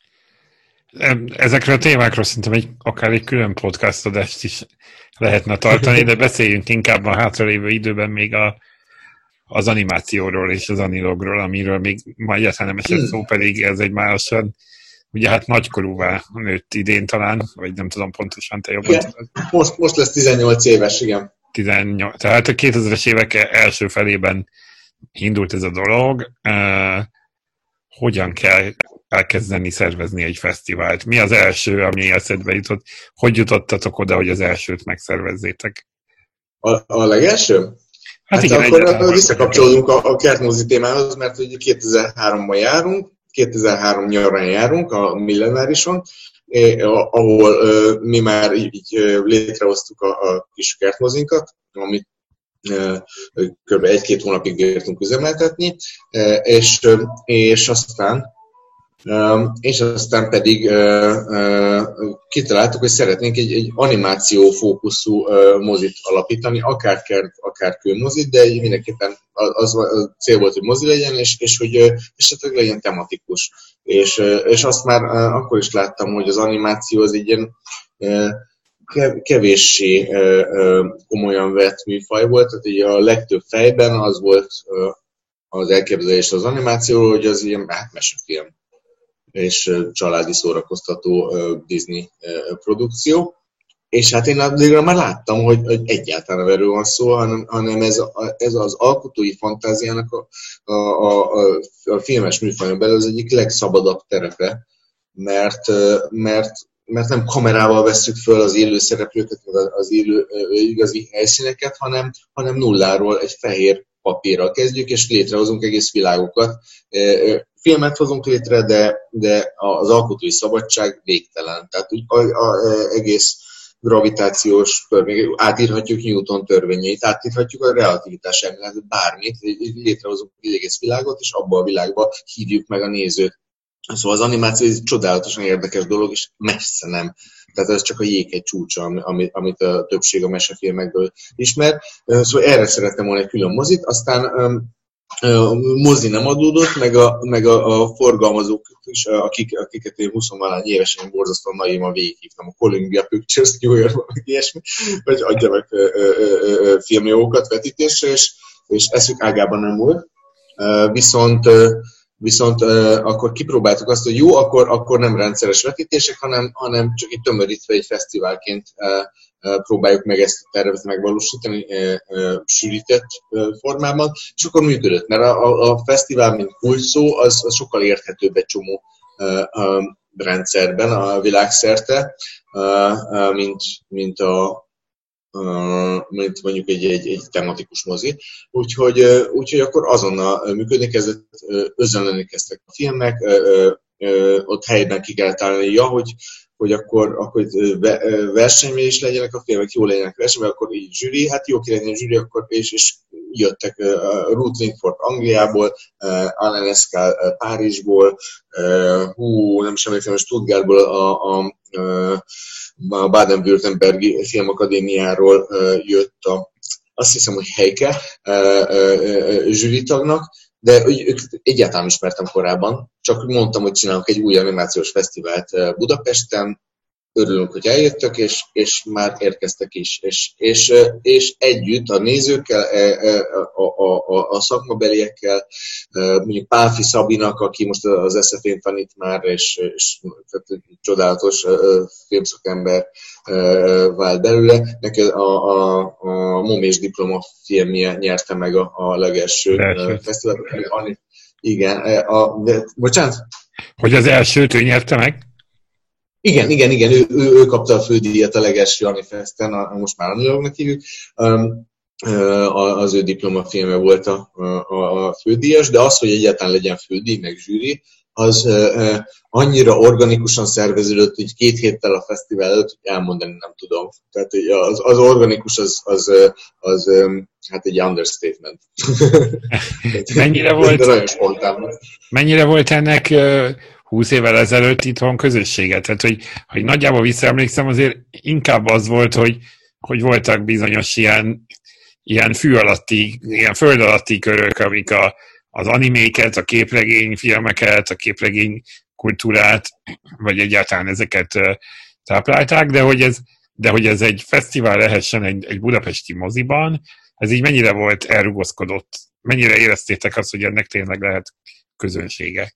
Ezekről a témákról szerintem egy, akár egy külön podcast adást is lehetne tartani, de beszéljünk inkább a hátralévő időben még a, az animációról és az anilogról, amiről még ma egyáltalán nem esett szó, pedig ez egy már lassan, ugye hát nagykorúvá nőtt idén talán, vagy nem tudom pontosan, te jobban tudod. Most, most lesz tizennyolc éves, igen. tizennyolc, tehát a kétezres évek első felében indult ez a dolog. Uh, hogyan kell elkezdeni szervezni egy fesztivált? Mi az első, ami eszedbe jutott? Hogy jutottatok oda, hogy az elsőt megszervezzétek? A, a legelső? Hát, hát igen, akkor visszakapcsolódunk a, a kertmozi témához, mert ugye kétezer-háromban járunk, kétezer-három nyarán járunk a Millenárison, eh, ahol eh, mi már így, így létrehoztuk a, a kis kertmozinkat, amit eh, kb. egy-két hónapig bírtunk üzemeltetni, eh, és, és aztán és aztán pedig uh, uh, kitaláltuk, hogy szeretnénk egy, egy animáció fókuszú uh, mozit alapítani, akár kert, akár kőmozit, de mindenképpen az, az a cél volt, hogy mozi legyen, és, és hogy uh, esetleg legyen tematikus. És, uh, és azt már uh, akkor is láttam, hogy az animáció az egy ilyen uh, kevéssé uh, uh, komolyan vett műfaj volt, tehát így a legtöbb fejben az volt uh, az elképzelés az animációról, hogy az ilyen hát mesefilm és családi szórakoztató Disney produkció. És hát én addigra már láttam, hogy, hogy egyáltalán erről van szó, hanem, hanem ez, a, ez az alkotói fantáziának a, a, a, a filmes műfajon belül az egyik legszabadabb terepe, mert, mert, mert nem kamerával vesszük föl az élő szereplőket, az élő igazi helyszíneket, hanem, hanem nulláról egy fehér papírral kezdjük, és létrehozunk egész világokat. Filmet hozunk létre, de, de az alkotói szabadság végtelen. Tehát úgy az egész gravitációs törvény, átírhatjuk Newton törvényeit, átírhatjuk a relativitás elméletet, bármit, létrehozunk egy egész világot, és abba a világba hívjuk meg a nézőt. Szóval az animáció egy csodálatosan érdekes dolog, és messze nem. Tehát ez csak a jéghegy csúcsa, amit a többség a mesefilmekből ismer. Szóval erre szerettem volna egy külön mozit, aztán mozi nem adódott, meg a, meg a, a forgalmazók is, akik, akiket én huszonvalány évesen borzasztóan naivan végighívtam a Columbia Pictures New Yorkban, meg ilyesmi, hogy adjanak filmjókat vetítésre, és, és eszük ágában nem volt. Viszont, viszont akkor kipróbáltuk azt, hogy jó, akkor, akkor nem rendszeres vetítések, hanem, hanem csak egy tömörítve egy fesztiválként próbáljuk meg ezt a tervet megvalósítani sűrített formában, és akkor működött, mert a, a, a fesztivál, mint kulcs szó, az, az sokkal érthetőbb egy csomó rendszerben a világszerte, mint, mint a mint mondjuk egy, egy, egy tematikus mozi. Úgyhogy, úgyhogy akkor azonnal működni kezdett, özönleni kezdtek a filmek, ott helyben ki kell találni, ja, hogy, hogy akkor, akkor versenyben is legyenek a filmek, jól legyenek versenyben, akkor így zsűri, hát jó ki legyen a zsűri, akkor és, és jöttek uh, Ruth Lingford Angliából, uh, Alain Escal Párizsból, uh, hú, nem is emlékszem, Stuttgartból, a, a, a Baden-Württembergi Filmakadémiáról uh, jött a, azt hiszem, hogy Heike uh, uh, zsűritagnak, de ők egyáltalán ismertem korábban, csak mondtam, hogy csinálunk egy új animációs fesztivált Budapesten, örülünk, hogy eljöttek, és, és már érkeztek is. És, és, és együtt a nézőkkel, a, a, a, a szakmabeliekkel, mondjuk Pálfi Szabinak, aki most az es ef én tanít már, és, és tehát csodálatos filmszakember vált belőle. Neki a, a, a Momés diploma filmje nyerte meg a, a legelső fesztivált. Igen, a, de, bocsánat? Hogy az elsőt ő nyerte meg? Igen, igen, igen, ő, ő, ő kapta a fődíjat a legelső Anifesten, a, most már a New Yorknak hívjuk. Um, az ő diplomafilme volt a, a, a fődíjas, de az, hogy egyáltalán legyen fődíj, meg zsűri, az uh, annyira organikusan szerveződött, hogy két héttel a fesztivál előtt, hogy elmondani nem tudom. Tehát az, az organikus az, az, az, az um, hát egy understatement. Mennyire volt, mennyire volt ennek uh, húsz évvel ezelőtt itthon közösséget? Tehát, hogy, hogy nagyjából visszaemlékszem, azért inkább az volt, hogy, hogy voltak bizonyos ilyen, ilyen fű alatti, ilyen föld alatti körök, amik a, az animéket, a képregény filmeket, a képregény kultúrát, vagy egyáltalán ezeket táplálták, de hogy ez, de hogy ez egy fesztivál lehessen egy, egy budapesti moziban, ez így mennyire volt elrugaszkodott? Mennyire éreztétek azt, hogy ennek tényleg lehet közönsége?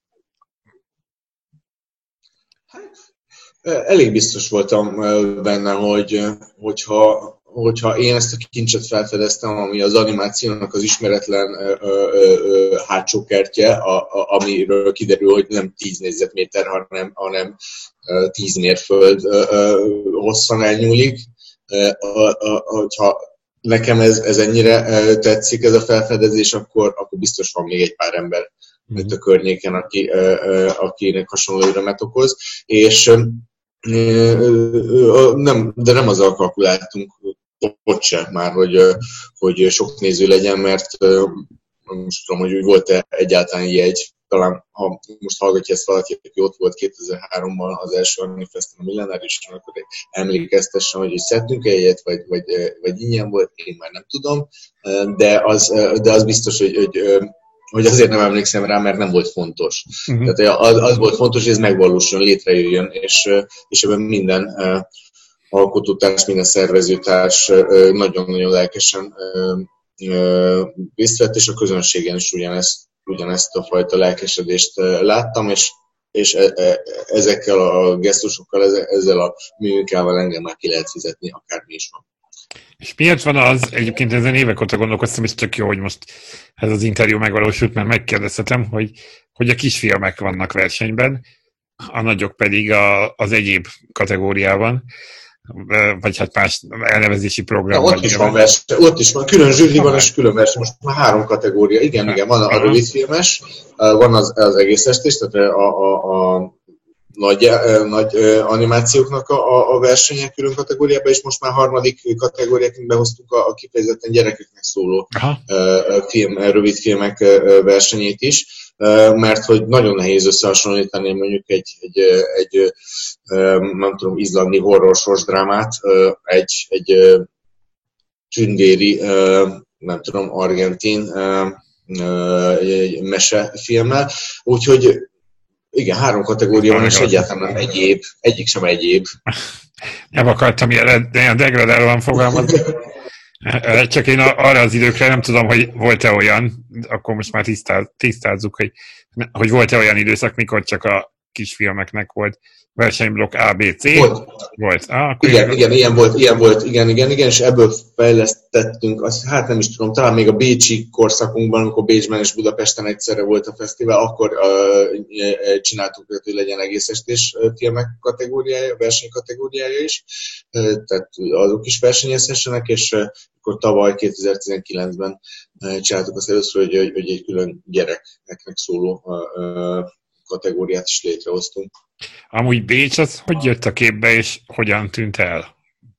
Elég biztos voltam benne, hogy hogyha, hogyha én ezt a kincset felfedeztem, ami az animációnak az ismeretlen ö, ö, ö, hátsó kertje, a, a, amiről kiderül, hogy nem tíz négyzetméter, hanem, hanem tíz mérföld ö, ö, hosszan elnyúlik. Hogyha nekem ez, ez ennyire tetszik, ez a felfedezés, akkor, akkor biztos van még egy pár ember itt a környéken, aki, akinek hasonló örömet okoz. És nem, de nem azzal kalkuláltunk ott sem már, hogy, hogy sok néző legyen, mert most tudom, hogy úgy volt egyáltalán jegy. Talán, ha most hallgatja ezt valaki, aki ott volt kétezer-háromban az első Anifesten a Millenárison, akkor emlékeztessen, hogy szedtünk egyet, vagy, vagy, vagy ingyen volt, én már nem tudom, de az, de az biztos, hogy, hogy hogy azért nem emlékszem rá, mert nem volt fontos. Uh-huh. Tehát az, az volt fontos, hogy ez megvalósuljon, létrejöjjön, és, és ebben minden uh, alkotótárs, minden szervezőtárs uh, nagyon-nagyon lelkesen uh, uh, részt vett, és a közönségen is ugyanezt, ugyanezt a fajta lelkesedést uh, láttam, és, és e, e, ezekkel a gesztusokkal, ezzel a műnkával engem már ki lehet fizetni, akármi is van. És miért van az, egyébként ezen évek óta gondolkoztam, és tök jó, hogy most ez az interjú megvalósult, mert megkérdezhetem, hogy, hogy a kisfilmek vannak versenyben, a nagyok pedig a, az egyéb kategóriában, vagy hát más elnevezési program. Ja, ott is van verseny, ott is van, külön zsűri van, és külön verseny, most már három kategória, igen, igen, van a rövidfilmes, van az, az egész estés, tehát a, a, a nagy, nagy animációknak a, a versenyek külön kategóriában, és most már harmadik kategóriáként behoztuk a, a kifejezetten gyerekeknek szóló uh, film, rövidfilmek versenyét is, mert hogy nagyon nehéz összehasonlítani mondjuk egy, egy, egy nem tudom, izlandi horror sorsdrámát, egy, egy tündéri, nem tudom, argentin egy mesefilmmel. Úgyhogy igen, három kategória van, és egyáltalán nem egyéb, egyik sem egyéb. Nem akartam ilyen, ilyen degradálóan fogalmazni. Csak én arra az időkre nem tudom, hogy volt-e olyan, akkor most már tisztáz, tisztázzuk, hogy, hogy volt-e olyan időszak, mikor csak a kisfilmeknek volt versenyblokk A, B, C. Volt. Volt. Ah, igen, igen, ilyen volt, ilyen volt, igen, igen, igen, és ebből fejlesztettünk, azt, hát nem is tudom, talán még a bécsi korszakunkban, amikor Bécsben és Budapesten egyszerre volt a fesztivál, akkor uh, csináltuk, hogy legyen egész estés filmek kategóriája, versenykategóriája is, uh, tehát azok is versenyezhessenek, és uh, akkor tavaly kétezer-tizenkilencben uh, csináltuk azt először, hogy, hogy egy külön gyerekeknek szóló uh, kategóriát is létrehoztunk. Amúgy Bécs az hogy jött a képbe, és hogyan tűnt el?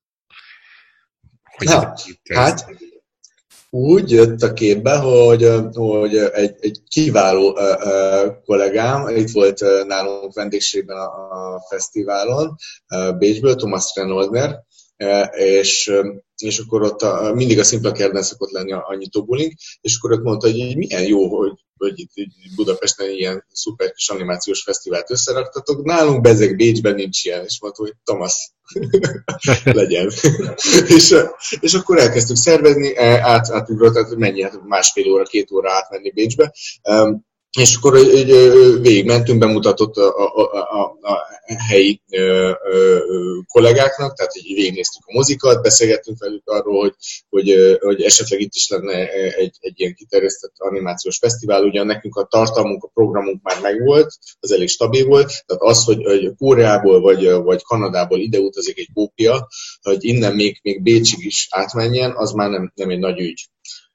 Hogy Na, hát úgy jött a képbe, hogy, hogy egy, egy kiváló uh, uh, kollégám, itt volt uh, nálunk vendégségben a, a fesztiválon, uh, Bécsből, Thomas Renoldner, uh, és, um, és akkor ott a, mindig a Szimpla Kertben szokott lenni a, a nyitóbulink, és akkor ott mondta, hogy milyen jó, hogy hogy itt, itt Budapesten ilyen szuper kis animációs fesztivált összeraktatok. Nálunk bezeg Bécsben nincs ilyen, és mondta, hogy Thomas, legyen. és, és akkor elkezdtük szervezni, át, átugrott, tehát mennyi, hát másfél óra, két óra átmenni Bécsbe. Um, és akkor végigmentünk, bemutatott a, a, a, a helyi ö, ö, kollégáknak, tehát így végignéztük a mozikat, beszélgettünk velük arról, hogy, hogy, hogy esetleg itt is lenne egy, egy ilyen kiterjesztett animációs fesztivál, ugyan nekünk a tartalmunk, a programunk már megvolt, az elég stabil volt, tehát az, hogy, hogy Koreából vagy, vagy Kanadából ide utazik egy kópia, hogy innen még, még Bécsig is átmenjen, az már nem, nem egy nagy ügy.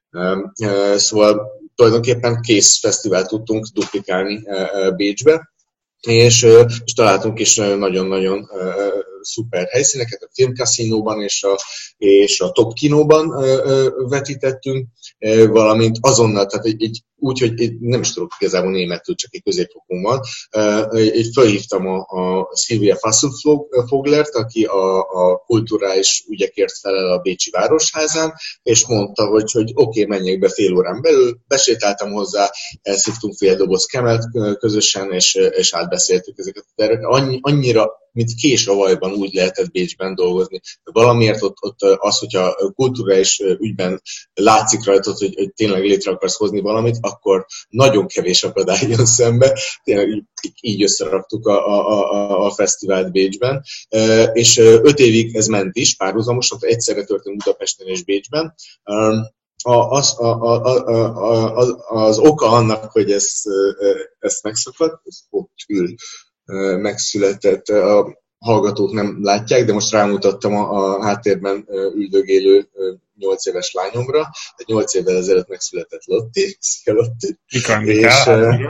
Szóval tulajdonképpen kész fesztivált tudtunk duplikálni Bécsbe, és, és találtunk is nagyon-nagyon szuper helyszíneket, a filmkaszinóban és a, és a Top Kinóban vetítettünk, valamint azonnal, tehát egy, egy, úgy, hogy nem is tudok igazából németül, csak egy középfokon van, egy felhívtam a, a Silvia Fasselfoglert, aki a, a kulturális ügyekért felel a Bécsi Városházán, és mondta, hogy, hogy oké, okay, menjek be fél órán belül, besétáltam hozzá, elszívtunk fél doboz kemelt közösen, és, és átbeszéltük ezeket a terveket. Annyi, annyira, mint kés a vajban úgy lehetett Bécsben dolgozni. Valamiért ott, ott az, hogyha kulturális ügyben látszik rajtad, hogy, hogy tényleg létre akarsz hozni valamit, akkor nagyon kevés akadály jön szembe. Tényleg így, így összeraktuk a, a, a, a fesztivált Bécsben. És öt évig ez ment is, párhuzamosan, egyszerre történt Budapesten és Bécsben. A, az, a, a, a, az, az oka annak, hogy ez, ezt megszakadt, ez ott ül, megszületett. A hallgatók nem látják, de most rámutattam a, a háttérben üldögélő nyolc éves lányomra. Tehát nyolc évvel ezelőtt megszületett Lotti. Szia, Lotti! És,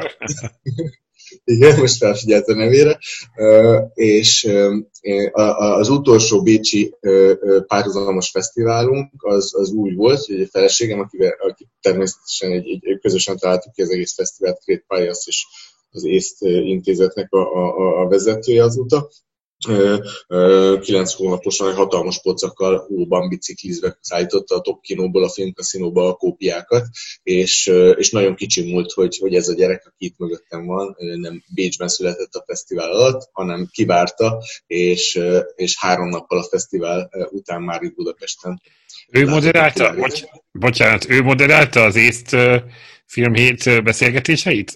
igen, most felfigyelt a nevére. És az utolsó bécsi párhuzamos fesztiválunk az, az úgy volt, hogy a feleségem, akivel, aki természetesen egy, egy, közösen találtuk ki az egész fesztivált, Krét Pályász és az észt intézetnek a, a, a vezetője azóta. Kilenc hónaposan egy hatalmas pocakkal hóban biciklizve szállította a Top Kinóból, a filmkaszinóba a kópiákat, és, és nagyon kicsi múlt, hogy, hogy ez a gyerek, aki itt mögöttem van, nem Bécsben született a fesztivál alatt, hanem kivárta, és, és három nappal a fesztivál után már itt Budapesten. Ő moderálta, bocs, bocsánat, ő moderálta az észt filmhét beszélgetéseit?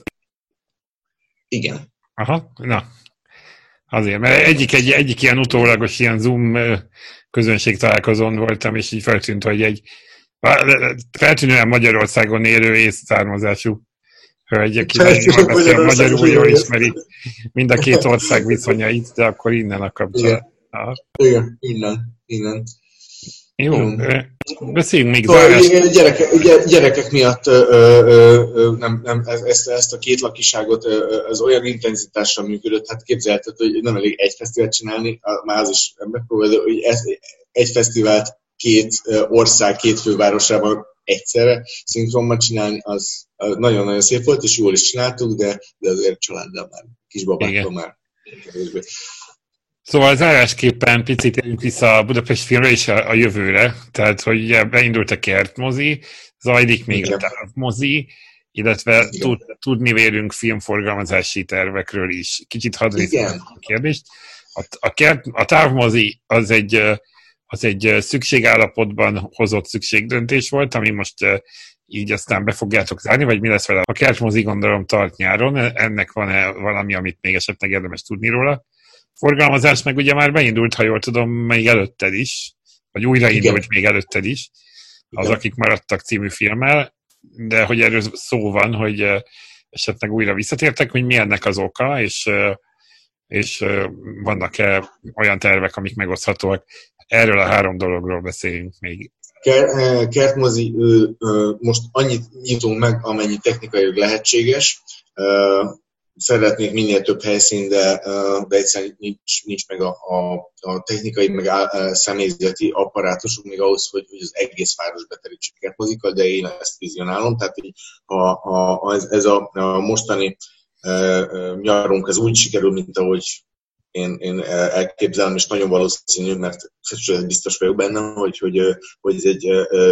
Igen. Aha, na. Azért, mert egyik, egy, egyik ilyen utólagos ilyen Zoom közönség találkozón voltam, és így feltűnt, hogy egy feltűnően Magyarországon élő észszármazású hölgy, aki beszél magyarul, jól ismeri mind a két ország viszonyait, de akkor innen a kapcsolat. Igen, innen, innen. Jó, beszéljünk még zárás. Gyereke, gyerekek miatt ö, ö, ö, nem, nem, ezt, ezt a két lakiságot az olyan intenzitással működött, hát képzelheted, hogy nem elég egy fesztivált csinálni, már az is megpróbálja, hogy ez, egy fesztivált két ország, két fővárosában egyszerre szinkronban csinálni, az, az nagyon-nagyon szép volt, és jól is csináltuk, de, de azért családdal már, kisbabákkal már. Szóval zárásképpen picit térjünk vissza a Budapest filmre és a, a jövőre. Tehát, hogy ugye beindult a kertmozi, zajlik még igen. a távmozi, illetve tud, tudni vélünk filmforgalmazási tervekről is. Kicsit hadd részletezzem a kérdést. A, a, kert, a távmozi az egy, az egy szükségállapotban hozott szükségdöntés volt, ami most így aztán be fogjátok zárni, vagy mi lesz vele? A kertmozi gondolom tart nyáron, ennek van-e valami, amit még esetleg érdemes tudni róla? Forgalmazás meg ugye már beindult, ha jól tudom, még előtted is, vagy újraindult Igen. még előtted is, az Igen. Akik maradtak című filmmel, de hogy erről szó van, hogy esetleg újra visszatértek, hogy mi ennek az oka, és, és vannak-e olyan tervek, amik megoszthatóak. Erről a három dologról beszéljünk még. Kertmozi, most annyit nyitunk meg, amennyi technikailag lehetséges. Szeretnék minél több helyszín, de, de egyszerűen nincs, nincs meg a, a, a technikai, meg a személyzeti apparátusunk még ahhoz, hogy, hogy az egész város beterítsük kertmozikkal, de én ezt vizionálom. Tehát így a, a, ez, ez a, a mostani nyarunk, ez úgy sikerül, mint ahogy én, én elképzelem, és nagyon valószínű, mert biztos vagyok benne, hogy, hogy, hogy ez egy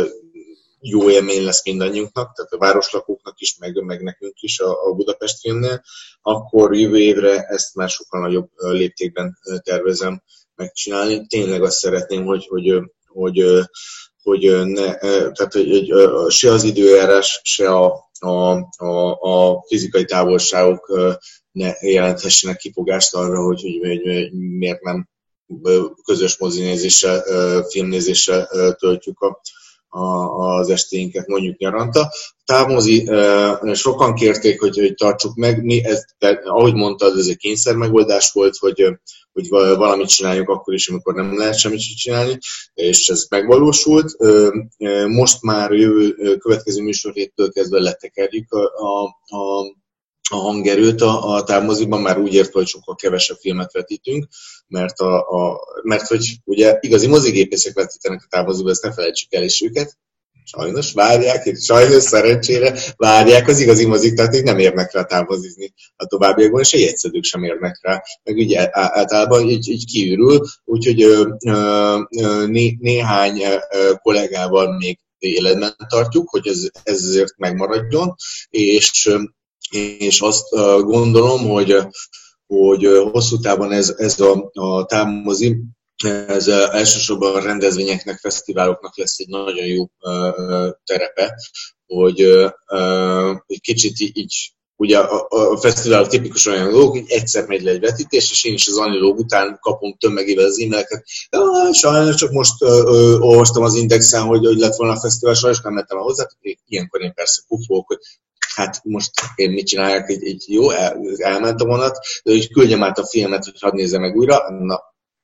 jó élmény lesz mindannyiunknak, tehát a városlakóknak is, meg, meg nekünk is a, a Budapest filmnél, akkor jövő évre ezt már sokkal nagyobb léptékben tervezem megcsinálni. Tényleg azt szeretném, hogy, hogy, hogy, hogy, ne, tehát, hogy se az időjárás, se a, a, a, a fizikai távolságok ne jelenthessenek kifogást arra, hogy, hogy, hogy miért nem közös mozinézéssel, filmnézéssel töltjük a az estéinket mondjuk nyaranta. Távmozi, sokan kérték, hogy, hogy tartsuk meg. Mi ez, ahogy mondtad, ez egy kényszer megoldás volt, hogy, hogy valamit csináljuk akkor is, amikor nem lehet semmit csinálni, és ez megvalósult. Most már jövő következő műsorhéttől kezdve letekerjük a, a, a a hangerőt a, a távmoziban, már úgy értve, hogy sokkal kevesebb filmet vetítünk, mert, a, a, mert hogy ugye igazi mozigépészek vetítenek a távmoziban, ezt ne felejtsük el is őket. Sajnos várják, és sajnos szerencsére várják az igazi mozik, tehát így nem érnek rá távmozizni a továbbiakban, és egy egyszerűk sem érnek rá. Meg ugye általában így, így kiürül, úgyhogy ö, ö, né, néhány ö, kollégával még életben tartjuk, hogy ez, ez azért megmaradjon, és és azt gondolom, hogy, hogy hosszú távon ez, ez a, a távmozi, ez elsősorban a rendezvényeknek, fesztiváloknak lesz egy nagyon jó terepe, hogy egy kicsit így, ugye a, a fesztiválok tipikus olyan dolgok, hogy egyszer megy le egy vetítés, és én is az Anilóg után kapom tömegével az e-maileket. Sajnos csak most olvastam az Indexen, hogy, hogy lett volna a fesztivál, sajnos nem lettem hozzá, ilyenkor én persze pufogok, hogy hát most én mit csinálják, így, így jó, el, elment a vonat, de hogy küldjem át a filmet, hogy hadd nézze meg újra, na,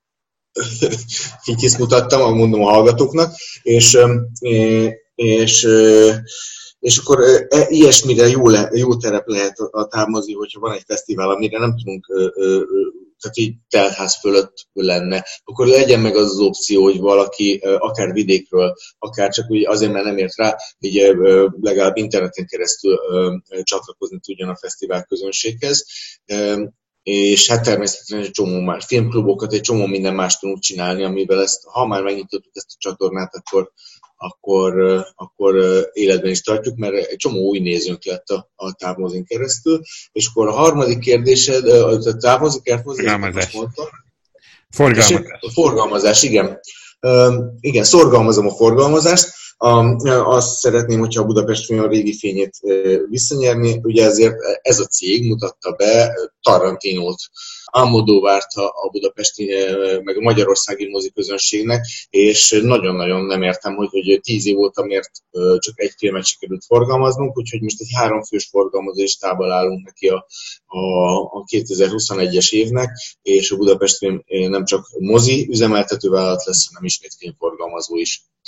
így mutattam, mondom a hallgatóknak, és, és, és akkor ilyesmire jó, le, jó terep lehet a távmozi, hogyha van egy fesztivál, amire nem tudunk, tehát így teltház fölött lenne, akkor legyen meg az az opció, hogy valaki akár vidékről, akár csak úgy azért, mert nem ért rá, így legalább interneten keresztül csatlakozni tudjon a fesztivál közönséghez. És hát természetesen egy csomó más filmklubokat, egy csomó minden más tudunk csinálni, amivel ezt, ha már megnyitottuk ezt a csatornát, akkor, akkor, akkor életben is tartjuk, mert egy csomó új nézőnk lett a, a távmozin keresztül. És akkor a harmadik kérdésed, a távmozi, kertmozi, Forgalmazás. Forgalmazás. Forgalmazás, igen. Igen, szorgalmazom a forgalmazást. Azt szeretném, hogyha a Budapest film a régi fényét visszanyerni. Ugye ezért ez a cég mutatta be Tarantinót, Almodóvárt a budapesti, meg a magyarországi moziközönségnek, és nagyon-nagyon nem értem, hogy, hogy tíz év óta miért csak egy filmet sikerült forgalmaznunk, úgyhogy most egy háromfős forgalmazás tábbal állunk neki a, a, a kétezer-huszonegyes évnek, és a Budapest film nem csak mozi üzemeltető vállalat lesz, hanem ismét filmforgalmazó is.